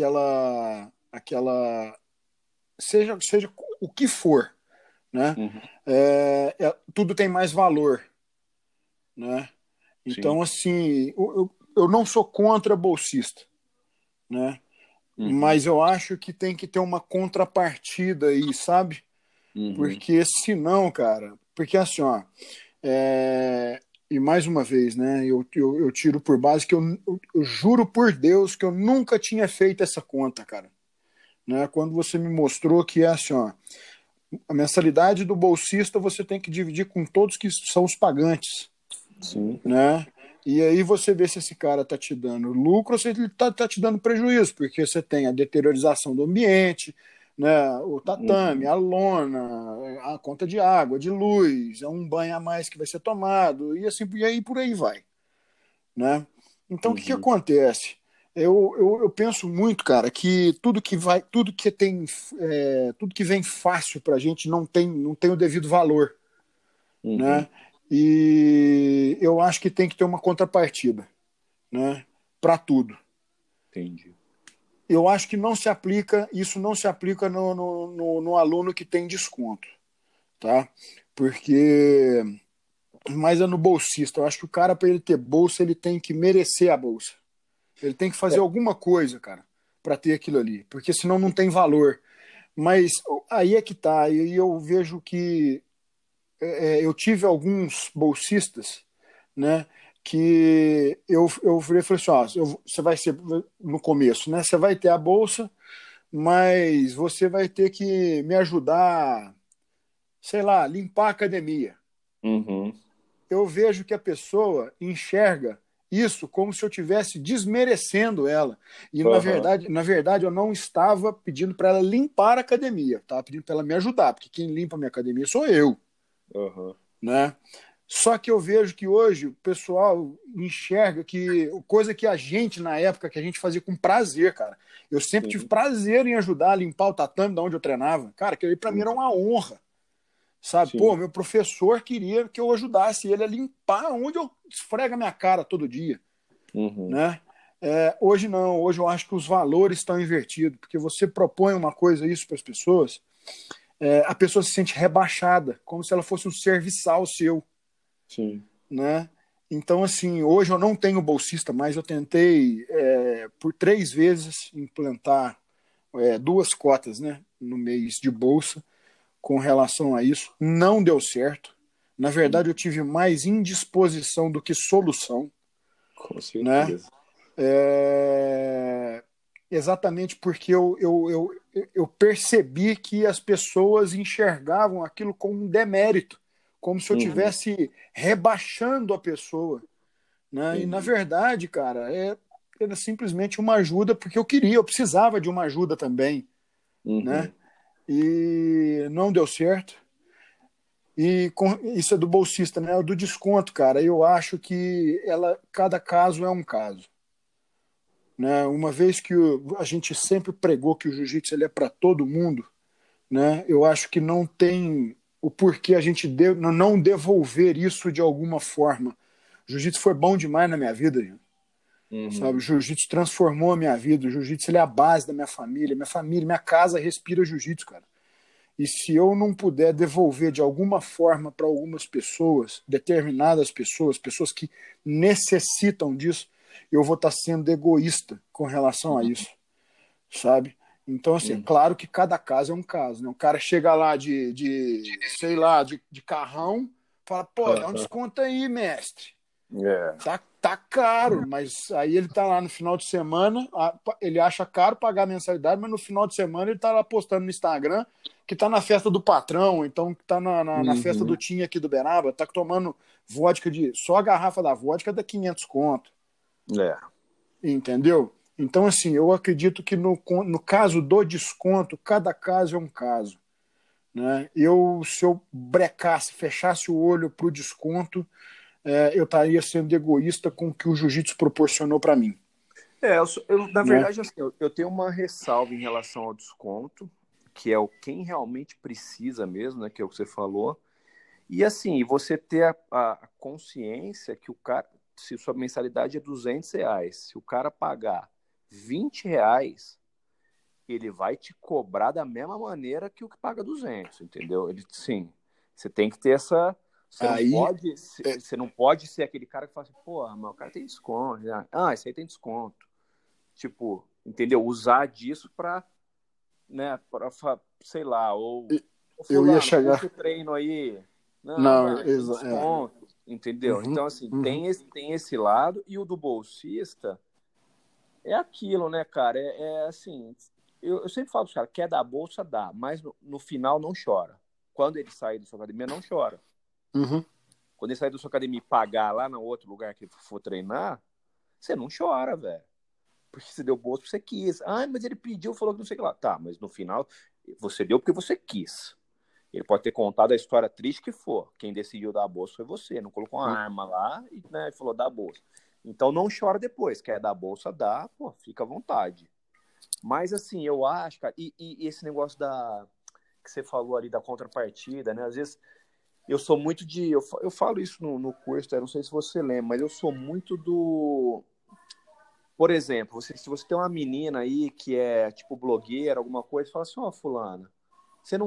aquela seja o que for, né? Uhum. Tudo tem mais valor, né? Sim. Então assim, eu não sou contra bolsista, né? Uhum. Mas eu acho que tem que ter uma contrapartida aí, sabe? Uhum. Porque senão, cara, porque assim, ó, E mais uma vez, né, eu tiro por base que eu juro por Deus que eu nunca tinha feito essa conta, cara. Né? Quando você me mostrou que é assim, ó, a mensalidade do bolsista você tem que dividir com todos que são os pagantes. Sim. Né? E aí você vê se esse cara está te dando lucro ou se ele está te dando prejuízo, porque você tem a deteriorização do ambiente, né? O tatame, a lona, a conta de água, de luz, é um banho a mais que vai ser tomado, e assim, e aí por aí vai. Né? Então o que acontece? Eu penso muito, cara, que tudo que vai, tudo que tem, tudo que vem fácil para a gente não tem o devido valor. Né? E eu acho que tem que ter uma contrapartida, né? Para tudo. Entendi. Eu acho que isso não se aplica no aluno que tem desconto, tá? Porque, mas é no bolsista. Eu acho que o cara, para ele ter bolsa, ele tem que merecer a bolsa. Ele tem que fazer alguma coisa, cara, para ter aquilo ali, porque senão não tem valor. Mas aí é que tá, e eu vejo que eu tive alguns bolsistas, né, que eu falei assim, ó, você vai ser, no começo, né, você vai ter a bolsa, mas você vai ter que me ajudar, sei lá, limpar a academia. Eu vejo que a pessoa enxerga isso como se eu estivesse desmerecendo ela. E, na verdade, eu não estava pedindo para ela limpar a academia, estava pedindo para ela me ajudar, porque quem limpa a minha academia sou eu. Né? Só que eu vejo que hoje o pessoal enxerga que coisa que a gente, na época, que a gente fazia com prazer, cara. Eu sempre tive prazer em ajudar a limpar o tatame de onde eu treinava. Cara, aquilo aí pra mim era uma honra. Sabe? Sim. Pô, meu professor queria que eu ajudasse ele a limpar onde eu esfrego a minha cara todo dia. Né? Hoje não, hoje eu acho que os valores estão invertidos, porque você propõe uma coisa isso para as pessoas, a pessoa se sente rebaixada, como se ela fosse um serviçal seu. Sim. Né? Então, assim, hoje eu não tenho bolsista, mas eu tentei por 3 vezes implantar 2 cotas, né, no mês de bolsa com relação a isso. Não deu certo. Na verdade, eu tive mais indisposição do que solução. Com Né? certeza. Exatamente porque eu percebi que as pessoas enxergavam aquilo como um demérito, como se eu estivesse rebaixando a pessoa. Né? E, na verdade, cara, era simplesmente uma ajuda porque eu precisava de uma ajuda também. Né? E não deu certo. E isso é do bolsista, né? O do desconto, cara, eu acho que cada caso é um caso. Né? Uma vez que a gente sempre pregou que o jiu-jitsu ele é para todo mundo, né? Eu acho que não tem o porquê a gente não devolver isso de alguma forma. O jiu-jitsu foi bom demais na minha vida, gente. Sabe? O jiu-jitsu transformou a minha vida. O jiu-jitsu ele é a base da minha família. Minha casa respira jiu-jitsu, cara. E se eu não puder devolver de alguma forma para algumas pessoas, determinadas pessoas, pessoas que necessitam disso, eu vou estar sendo egoísta com relação a isso, sabe? Então, assim, é claro que cada caso é um caso, né? O cara chega lá sei lá, de carrão, fala, pô, dá um desconto aí, mestre. Tá caro, mas aí ele tá lá no final de semana, ele acha caro pagar a mensalidade, mas no final de semana ele tá lá postando no Instagram que tá na festa do patrão, então que tá na festa do Tim aqui do Beraba, tá tomando vodka só a garrafa da vodka dá 500 conto. Entendeu? Então, assim, eu acredito que no caso do desconto, cada caso é um caso. Né? Se eu brecasse, fechasse o olho pro desconto, eu estaria sendo egoísta com o que o jiu-jitsu proporcionou para mim. Na Né? verdade, assim, eu tenho uma ressalva em relação ao desconto, que é quem realmente precisa mesmo, né, que é o que você falou. E assim, você ter a consciência que o cara, se sua mensalidade é R$ 200, se o cara pagar R$ 20, ele vai te cobrar da mesma maneira que o que paga 200, entendeu? Sim, você tem que ter essa... Aí, Você não pode ser aquele cara que fala assim, porra, mas o cara tem desconto. Esse aí tem desconto. Tipo, entendeu? Usar disso pra, né, sei lá, ou eu ia fulano, chegar. puxa o treino aí. Não, Tem desconto. entendeu? Então, assim, tem esse lado, e o do bolsista é aquilo, né, cara? É assim, eu sempre falo para os caras, quer dar bolsa, dá, mas no final não chora. Quando ele sair da sua academia, não chora. Quando ele sair da sua academia e pagar lá no outro lugar que for treinar, você não chora, velho. Porque você deu bolsa porque você quis. Ah, mas ele pediu, falou que não sei o que lá. Tá, mas no final, você deu porque você quis. Ele pode ter contado a história triste que for. Quem decidiu dar a bolsa foi você. Não colocou uma arma lá e né, falou dá a bolsa. Então não chora depois. Quer dar a bolsa, dá, pô, fica à vontade. Mas assim, eu acho, cara, e esse negócio que você falou ali da contrapartida, né? Às vezes eu sou muito de. Eu falo isso no curso, eu não sei se você lembra, mas eu sou muito do. Por exemplo, se você tem uma menina aí que é tipo blogueira, alguma coisa, fala assim, ó, fulana, você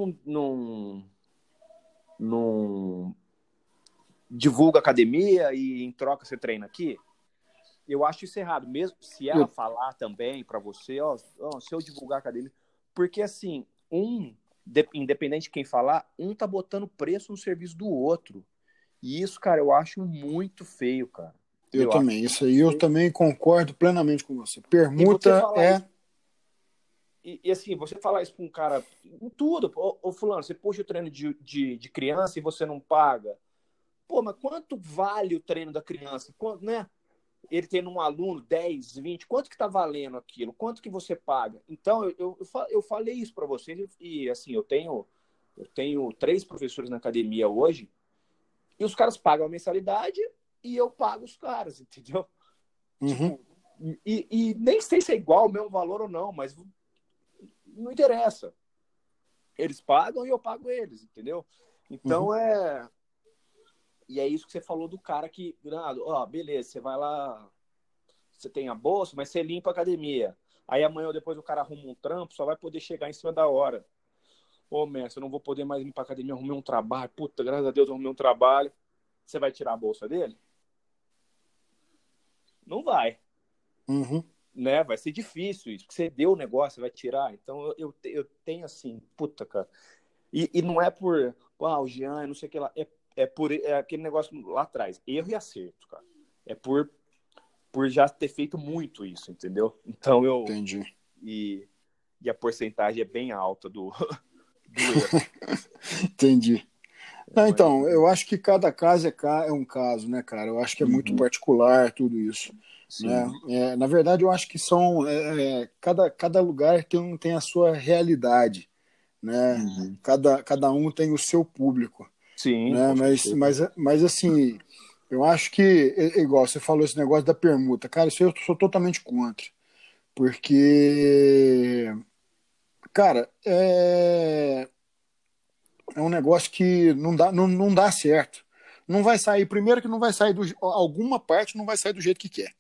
não divulga academia e em troca você treina aqui? Eu acho isso errado, mesmo se ela falar também para você, ó, se eu divulgar academia, porque assim, independente de quem falar, tá botando preço no serviço do outro. E isso, cara, eu acho muito feio, cara. Eu também, isso aí eu também concordo plenamente com você. E você Permuta falar isso, e assim, você falar isso pra um cara em tudo, ô fulano, você puxa o treino de criança e você não paga. Pô, mas quanto vale o treino da criança? Quanto, né? Ele tendo um aluno, 10, 20, quanto que tá valendo aquilo? Quanto que você paga? Então, eu falei isso para vocês e, assim, eu tenho 3 professores na academia hoje e os caras pagam a mensalidade e eu pago os caras, entendeu? Tipo, e nem sei se é igual o mesmo valor ou não, mas não interessa. Eles pagam e eu pago eles, entendeu? Então, E é isso que você falou do cara que, ó, beleza, você vai lá, você tem a bolsa, mas você limpa a academia. Aí amanhã ou depois o cara arruma um trampo, só vai poder chegar em cima da hora. Ô, mestre, eu não vou poder mais limpar a academia, arrumei um trabalho. Puta, graças a Deus eu arrumei um trabalho. Você vai tirar a bolsa dele? Não vai. Né? Vai ser difícil isso, porque você deu o negócio, você vai tirar. Então eu tenho assim, puta, cara. E não é por, o Jean, não sei o que lá. É aquele negócio lá atrás. Erro e acerto, cara. É por já ter feito muito isso, entendeu? Então Entendi. E a porcentagem é bem alta do erro. Entendi. Então, eu acho que cada caso é um caso, né, cara? Eu acho que é muito particular tudo isso. Né? Na verdade, eu acho que são. Cada lugar tem a sua realidade. Né? Cada um tem o seu público. Sim, né? Mas assim, eu acho que, igual você falou esse negócio da permuta, cara, isso eu sou totalmente contra. Porque, cara, é um negócio que não dá certo. Não vai sair, primeiro que não vai sair alguma parte não vai sair do jeito que quer.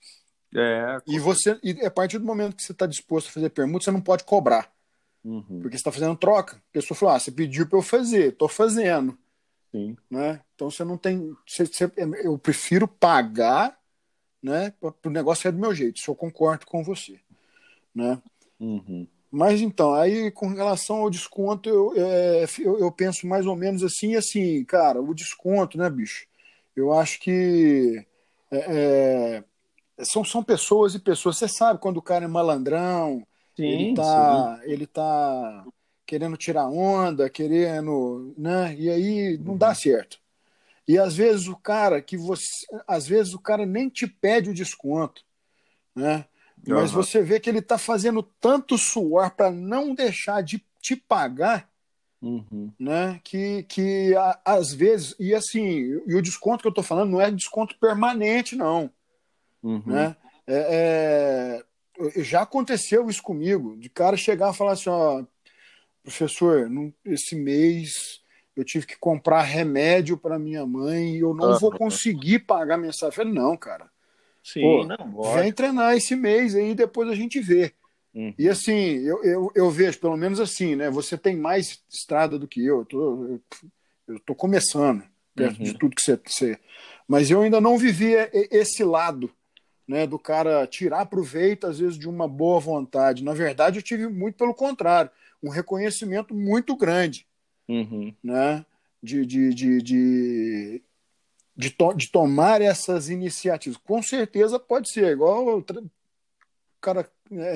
E a partir do momento que você está disposto a fazer permuta, você não pode cobrar. Porque você está fazendo troca. A pessoa falou, você pediu para eu fazer, estou fazendo. Sim. Né? Então você não tem. Eu prefiro pagar, né, para o negócio ser do meu jeito. Isso eu concordo com você. Né? Mas então, aí com relação ao desconto, eu penso mais ou menos assim, cara, o desconto, né, bicho? Eu acho que são pessoas e pessoas. Você sabe quando o cara é malandrão, sim. ele tá querendo tirar onda, querendo, né? E aí não dá certo. E às vezes às vezes o cara nem te pede o desconto, né? Mas você vê que ele está fazendo tanto suor para não deixar de te pagar, né? Que às vezes, e assim, e o desconto que eu estou falando não é desconto permanente, não. Né? Já aconteceu isso comigo, de cara chegar e falar assim, ó, professor, esse mês eu tive que comprar remédio para minha mãe e eu não vou conseguir pagar mensagem. Eu falei, não, cara. Sim, vem treinar esse mês aí e depois a gente vê. E assim, eu vejo, pelo menos assim, né? Você tem mais estrada do que eu. Eu tô começando, perto de tudo que você. Mas eu ainda não vivi esse lado, né? Do cara tirar proveito, às vezes, de uma boa vontade. Na verdade, eu tive muito pelo contrário, um reconhecimento muito grande, né? de tomar essas iniciativas. Com certeza pode ser, igual o cara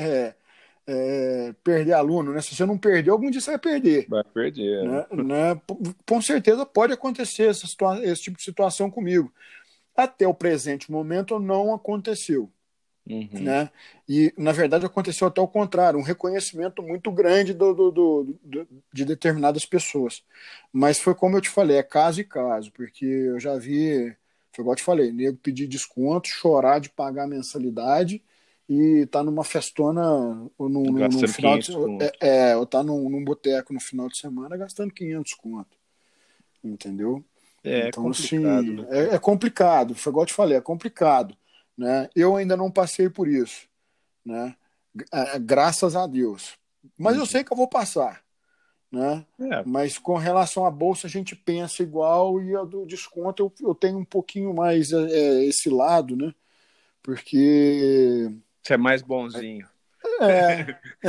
perder aluno, né? Se você não perder, algum dia você vai perder. Vai perder. Né? Com certeza pode acontecer esse tipo de situação comigo. Até o presente momento não aconteceu. Uhum. Né? E, na verdade, aconteceu até o contrário, um reconhecimento muito grande de determinadas pessoas. Mas foi como eu te falei, é caso e caso, porque eu já vi, foi igual eu te falei, nego pedir desconto, chorar de pagar a mensalidade e tá numa festona ou num Gastando final de 500 conto. ou tá num boteco no final de semana gastando 500 conto, entendeu? É Então, complicado, assim, né? é complicado, foi igual eu te falei, é complicado, né? Eu ainda não passei por isso, né? Graças a Deus. Mas eu sei Uhum. que eu vou passar, né? É, Mas com relação à bolsa, a gente pensa igual e a do desconto eu tenho um pouquinho mais esse lado, né? Porque. você é mais bonzinho. É.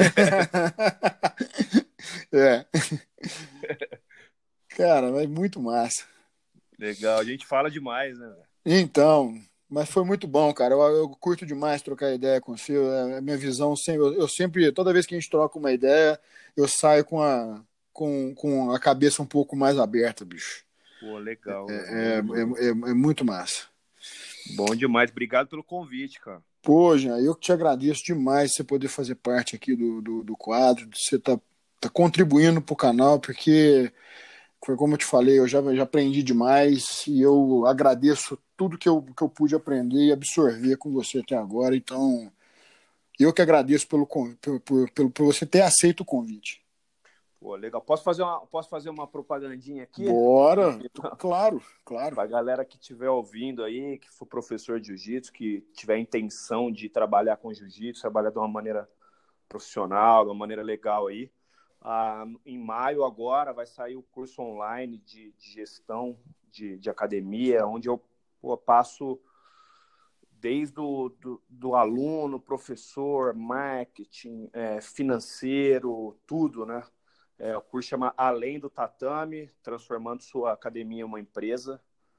É. Cara, é muito massa. Legal, a gente fala demais, né, velho? Então, mas foi muito bom, cara. Eu curto demais trocar ideia com você. A minha visão sempre, eu sempre, toda vez que a gente troca uma ideia, eu saio com a cabeça um pouco mais aberta, bicho. Pô, legal, velho. É, é muito massa. Bom demais. Obrigado pelo convite, cara. Pô, Jean, eu que te agradeço demais você poder fazer parte aqui do quadro, de você tá contribuindo pro canal, porque foi como eu te falei, eu já aprendi demais e eu agradeço tudo que eu pude aprender e absorver com você até agora. Então, eu que agradeço por você ter aceito o convite. Pô, legal. Posso fazer uma propagandinha aqui? Bora! Claro, claro. Para a galera que estiver ouvindo aí, que for professor de jiu-jitsu, que tiver intenção de trabalhar com jiu-jitsu, trabalhar de uma maneira profissional, de uma maneira legal aí. Em maio agora vai sair o curso online de gestão de academia, onde eu passo desde do aluno, professor, marketing, financeiro, tudo, né? O curso chama Além do Tatame, transformando sua academia em uma empresa.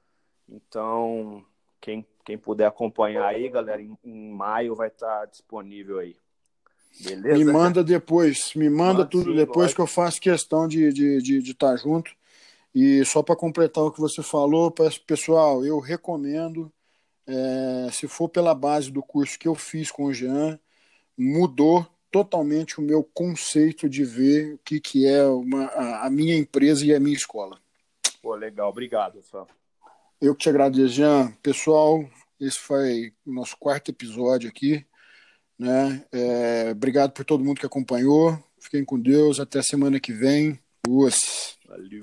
Então, quem puder acompanhar aí, galera, em maio vai estar disponível aí. Me Beleza? manda depois, me manda Mando tudo sim, depois que eu lógico. faço questão de estar junto. E só para completar o que você falou, pessoal, eu recomendo, se for pela base do curso que eu fiz com o Jean, mudou totalmente o meu conceito de ver o que é a minha empresa e a minha escola. Pô, legal. Obrigado, Rafael. Eu que te agradeço, Jean. Pessoal, esse foi o nosso quarto episódio aqui, né? Obrigado por todo mundo que acompanhou. Fiquem com Deus. Até semana que vem. Boas. Valeu.